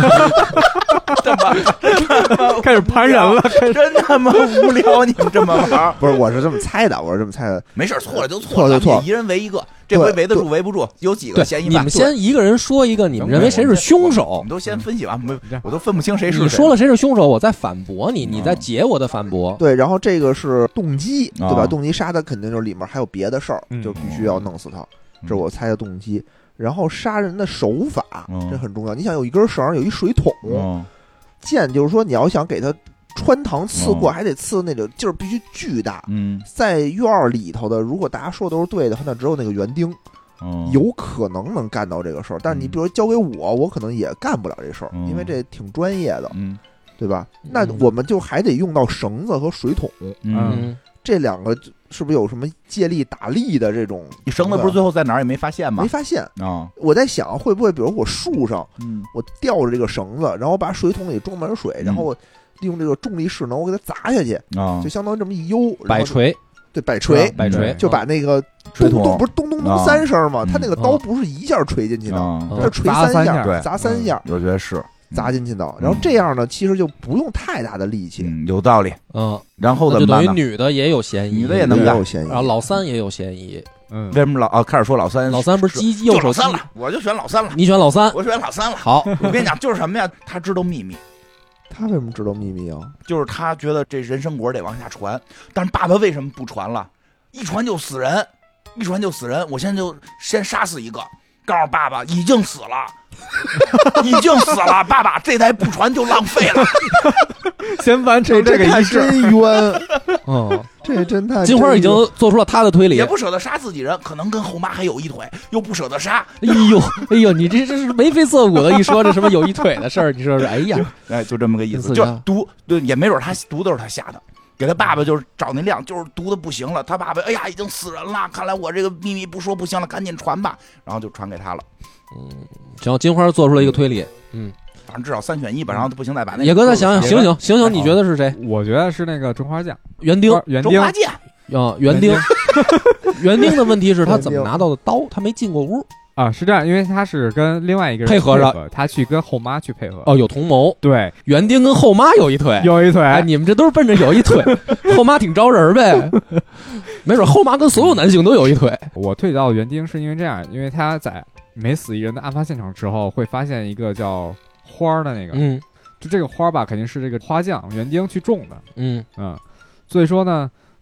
开始盘人了， 真他妈无聊！你们这么玩， 不是，我是这么猜的，我是这么猜的。 没事，错了就错了， 就错， 一人围一个，这回围得住围不住，有几个嫌疑犯？ 你们先一个人说一个，你们认为谁是凶手？ 我们都先分析完，没，我都分不清谁是谁。 你说了谁是凶手，我再反驳你，你再解我的反驳。 对，然后这个是动机，对吧？ 啊、 动机杀他肯定就是里面还有别的事儿， 嗯、 就必须要弄死他，这是我猜的动机。然后杀人的手法， 嗯、 这很重要。你想有一根绳，有一水桶， 嗯、 剑就是说你要想给他穿膛刺过，嗯、还得刺那个劲儿必须巨大。 嗯， 在院儿里头的，如果大家说的都是对的话，那只有那个园丁， 嗯、 有可能能干到这个事儿。但是你比如交给我，我可能也干不了这事儿， 嗯、 因为这挺专业的， 嗯， 对吧？那我们就还得用到绳子和水桶， 嗯， 这两个是不是有什么借力打力的这种？ 你绳子不是最后在哪儿也没发现吗？ 没发现啊！哦、 我在想会不会，比如我树上， 嗯， 我吊着这个绳子，然后把水桶里装满水， 嗯、 然后我利用这个重力势能，我给它砸下去啊， 就相当于这么一悠， 摆锤， 对，摆锤， 摆锤， 就把那个水桶咚咚不是咚咚咚三声吗？ 啊、 他那个刀不是一下锤进去的， 啊、 他是锤三下， 对， 砸三下， 我觉得是。 砸进去的，然后这样呢，其实就不用太大的力气， 嗯，有道理， 嗯， 然后怎么办呢？就等于女的也有嫌疑， 女的也能干， 有嫌疑， 然后老三也有嫌疑， 嗯， 为什么老啊？开始说老三， 老三不是鸡右手三了，我就选老三了， 你选老三， 我选老三了。 好， 我跟你讲，就是什么呀？他知道秘密， 他为什么知道秘密啊？ 就是他觉得这人参果得往下传，但是爸爸为什么不传了？一传就死人，一传就死人，我现在就先杀死一个。告诉爸爸已经死了，已经死了，爸爸这台不传就浪费了。 先完成这个仪式， 真冤。 嗯， 这侦探金花已经做出了他的推理， 也不舍得杀自己人，可能跟后妈还有一腿，又不舍得杀。 哎呦，哎呦，你这这是眉飞色舞的一说这什么有一腿的事儿，你说是？哎呀， 哎，就这么个意思，就是毒，对，也没准他毒都是他下的。给他爸爸就是找那量，就是毒的不行了。他爸爸，哎呀，已经死人了，看来我这个秘密不说不行了，赶紧传吧。然后就传给他了。 嗯，行，金花做出了一个推理，嗯， 反正至少三选一吧。然后不行再把那野哥再想想，醒醒醒醒，你觉得是谁？ 我觉得是那个中华将园丁， 园丁中华剑啊，园丁。园丁的问题是他怎么拿到的刀？他没进过屋。 啊，是这样，因为他是跟另外一个人配合着， 他去跟后妈去配合。 哦，有同谋。 对， 园丁跟后妈有一腿， 有一腿。 哎，你们这都是奔着有一腿，后妈挺招人呗。没准后妈跟所有男性都有一腿。 我推理到园丁是因为这样，因为他在没死一人的案发现场之后，会发现一个叫花的那个， 嗯， 就这个花吧，肯定是这个花匠园丁去种的， 嗯嗯，所以说呢。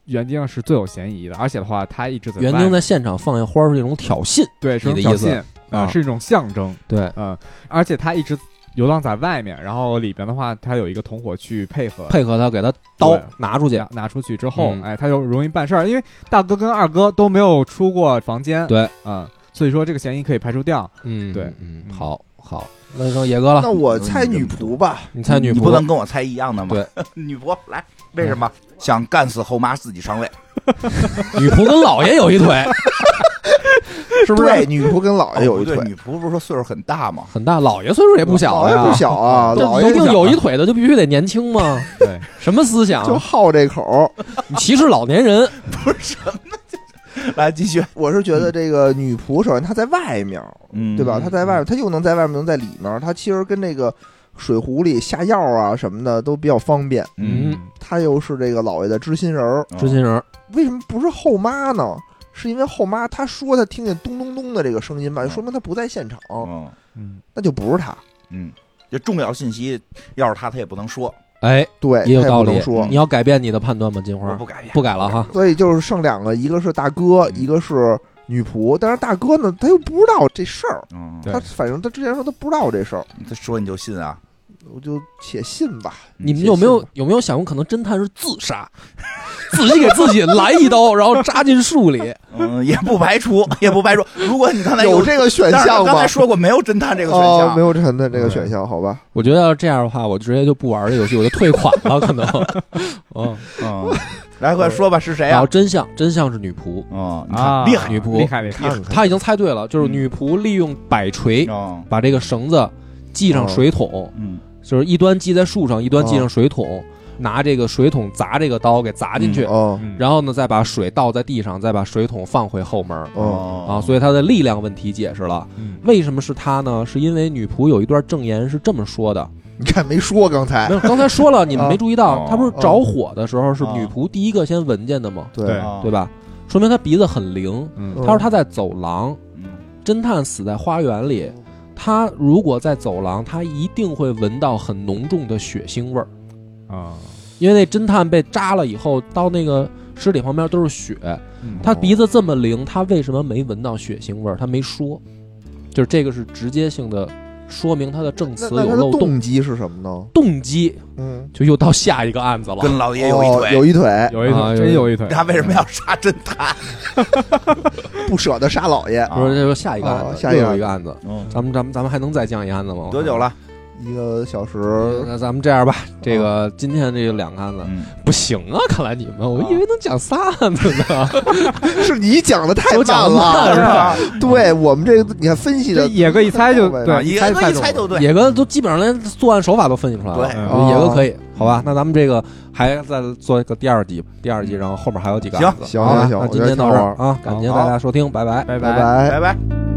园丁是最有嫌疑的，而且的话，他一直在园丁在现场放下花是一种挑衅， 对是一你的意思种挑衅啊、 啊是一种象征， 对， 嗯，而且他一直游荡在外面，然后里边的话，他有一个同伙去配合， 配合他给他刀对拿出去拿，拿出去之后， 嗯哎，他就容易办事儿，因为大哥跟二哥都没有出过房间， 对， 嗯，所以说这个嫌疑可以排除掉。 嗯， 对嗯， 嗯好好，那说野哥了， 那我猜女仆吧， 你猜女仆你不能跟我猜一样的吗？ 对， 女仆来，为什么想干死后妈自己上位？ 女仆跟老爷有一腿，是不对， 是？ 女仆跟老爷有一腿哦不对，女仆不是说岁数很大吗？ 很大，老爷岁数也不小了呀， 老爷不小啊， 这老爷一定有一腿的就必须得年轻吗？ 对， 什么思想？ 就好这口。 你歧视老年人？ 来继续， 我是觉得这个女仆，首先她在外面， 嗯对吧？她在外面，她又能在外面，能在里面，她其实跟这个水壶里下药啊什么的都比较方便。 嗯， 她又是这个老爷的知心人儿， 知心人， 为什么不是后妈呢？是因为后妈她说她听见咚咚咚的这个声音吧，就说明她不在现场， 嗯嗯， 那就不是她。 嗯，这重要信息要是他，他也不能说， 哎， 对，她也有道理不能说。 你要改变你的判断吗？金花我不改变， 不改了哈。 所以就是剩两个，一个是大哥，一个是女仆。但是大哥呢，他又不知道这事儿， 嗯， 对他反正他之前说他不知道这事儿， 他说你就信啊？ 我就且信吧。 你们有没有有没有想过，可能侦探是自杀，自己给自己来一刀，然后扎进树里？ 嗯，也不排除，也不排除。如果你刚才有这个选但是项吗刚才？说过没有侦探这个选哦， 项， 没有侦探这个选项，好吧？ 我觉得要这样的话，我直接就不玩这游戏，我就退款了，可能。嗯， 嗯，来快说吧，是谁啊然后？真相，真相是女仆， 嗯，你啊， 看厉害， 女仆厉害厉害， 他已经猜对了，就是女仆利用摆锤嗯把这个绳子系上水桶， 嗯就是一端系在树上，一端系上水桶，拿这个水桶砸这个刀给砸进去， 哦嗯然后呢再把水倒在地上，再把水桶放回后门。 哦啊，所以他的力量问题解释了。 嗯为什么是他呢？是因为女仆有一段证言是这么说的， 你看没说刚才没？有，刚才说了，你们没注意到哦， 他不是着火的时候是女仆第一个先闻见的吗？ 对对哦对吧？说明他鼻子很灵。 嗯嗯他说他在走廊， 嗯侦探死在花园里，他如果在走廊，他一定会闻到很浓重的血腥味儿， 啊， 因为那侦探被扎了以后，到那个尸体旁边都是血， 嗯他鼻子这么灵，他为什么没闻到血腥味儿？他没说，就是这个是直接性的说明他的证那词那他的有漏洞。 动机是什么呢？ 动机嗯， 就又到下一个案子了。 跟老爷有一哦腿， 有一腿， 有一啊腿，真有一腿， 他为什么要杀侦探？ 不舍得杀老爷。 啊不是，这说下一个案子，又哦下一个有一个案子。 嗯， 咱们咱们咱们还能再讲一案子吗？ 多久？了？ 一个小时， 那咱们这样吧，这个今天这个两个案子嗯， 不行啊！看来你们，我以为能讲仨案子呢。 是你讲的太我讲慢了， 得慢是吧？ 对我们这个你看分析的， 这野哥一猜就啊对， 一个一猜猜中了猜就对。 野哥都基本上连作案手法都分析出来了。 对嗯野哥可以，好吧？那咱们这个还再做一个第二集，第二集，然后后面还有几个案子。 行好吧行行那今天到这儿我觉得挺好啊，感谢大家收听，拜拜。 拜拜拜拜拜。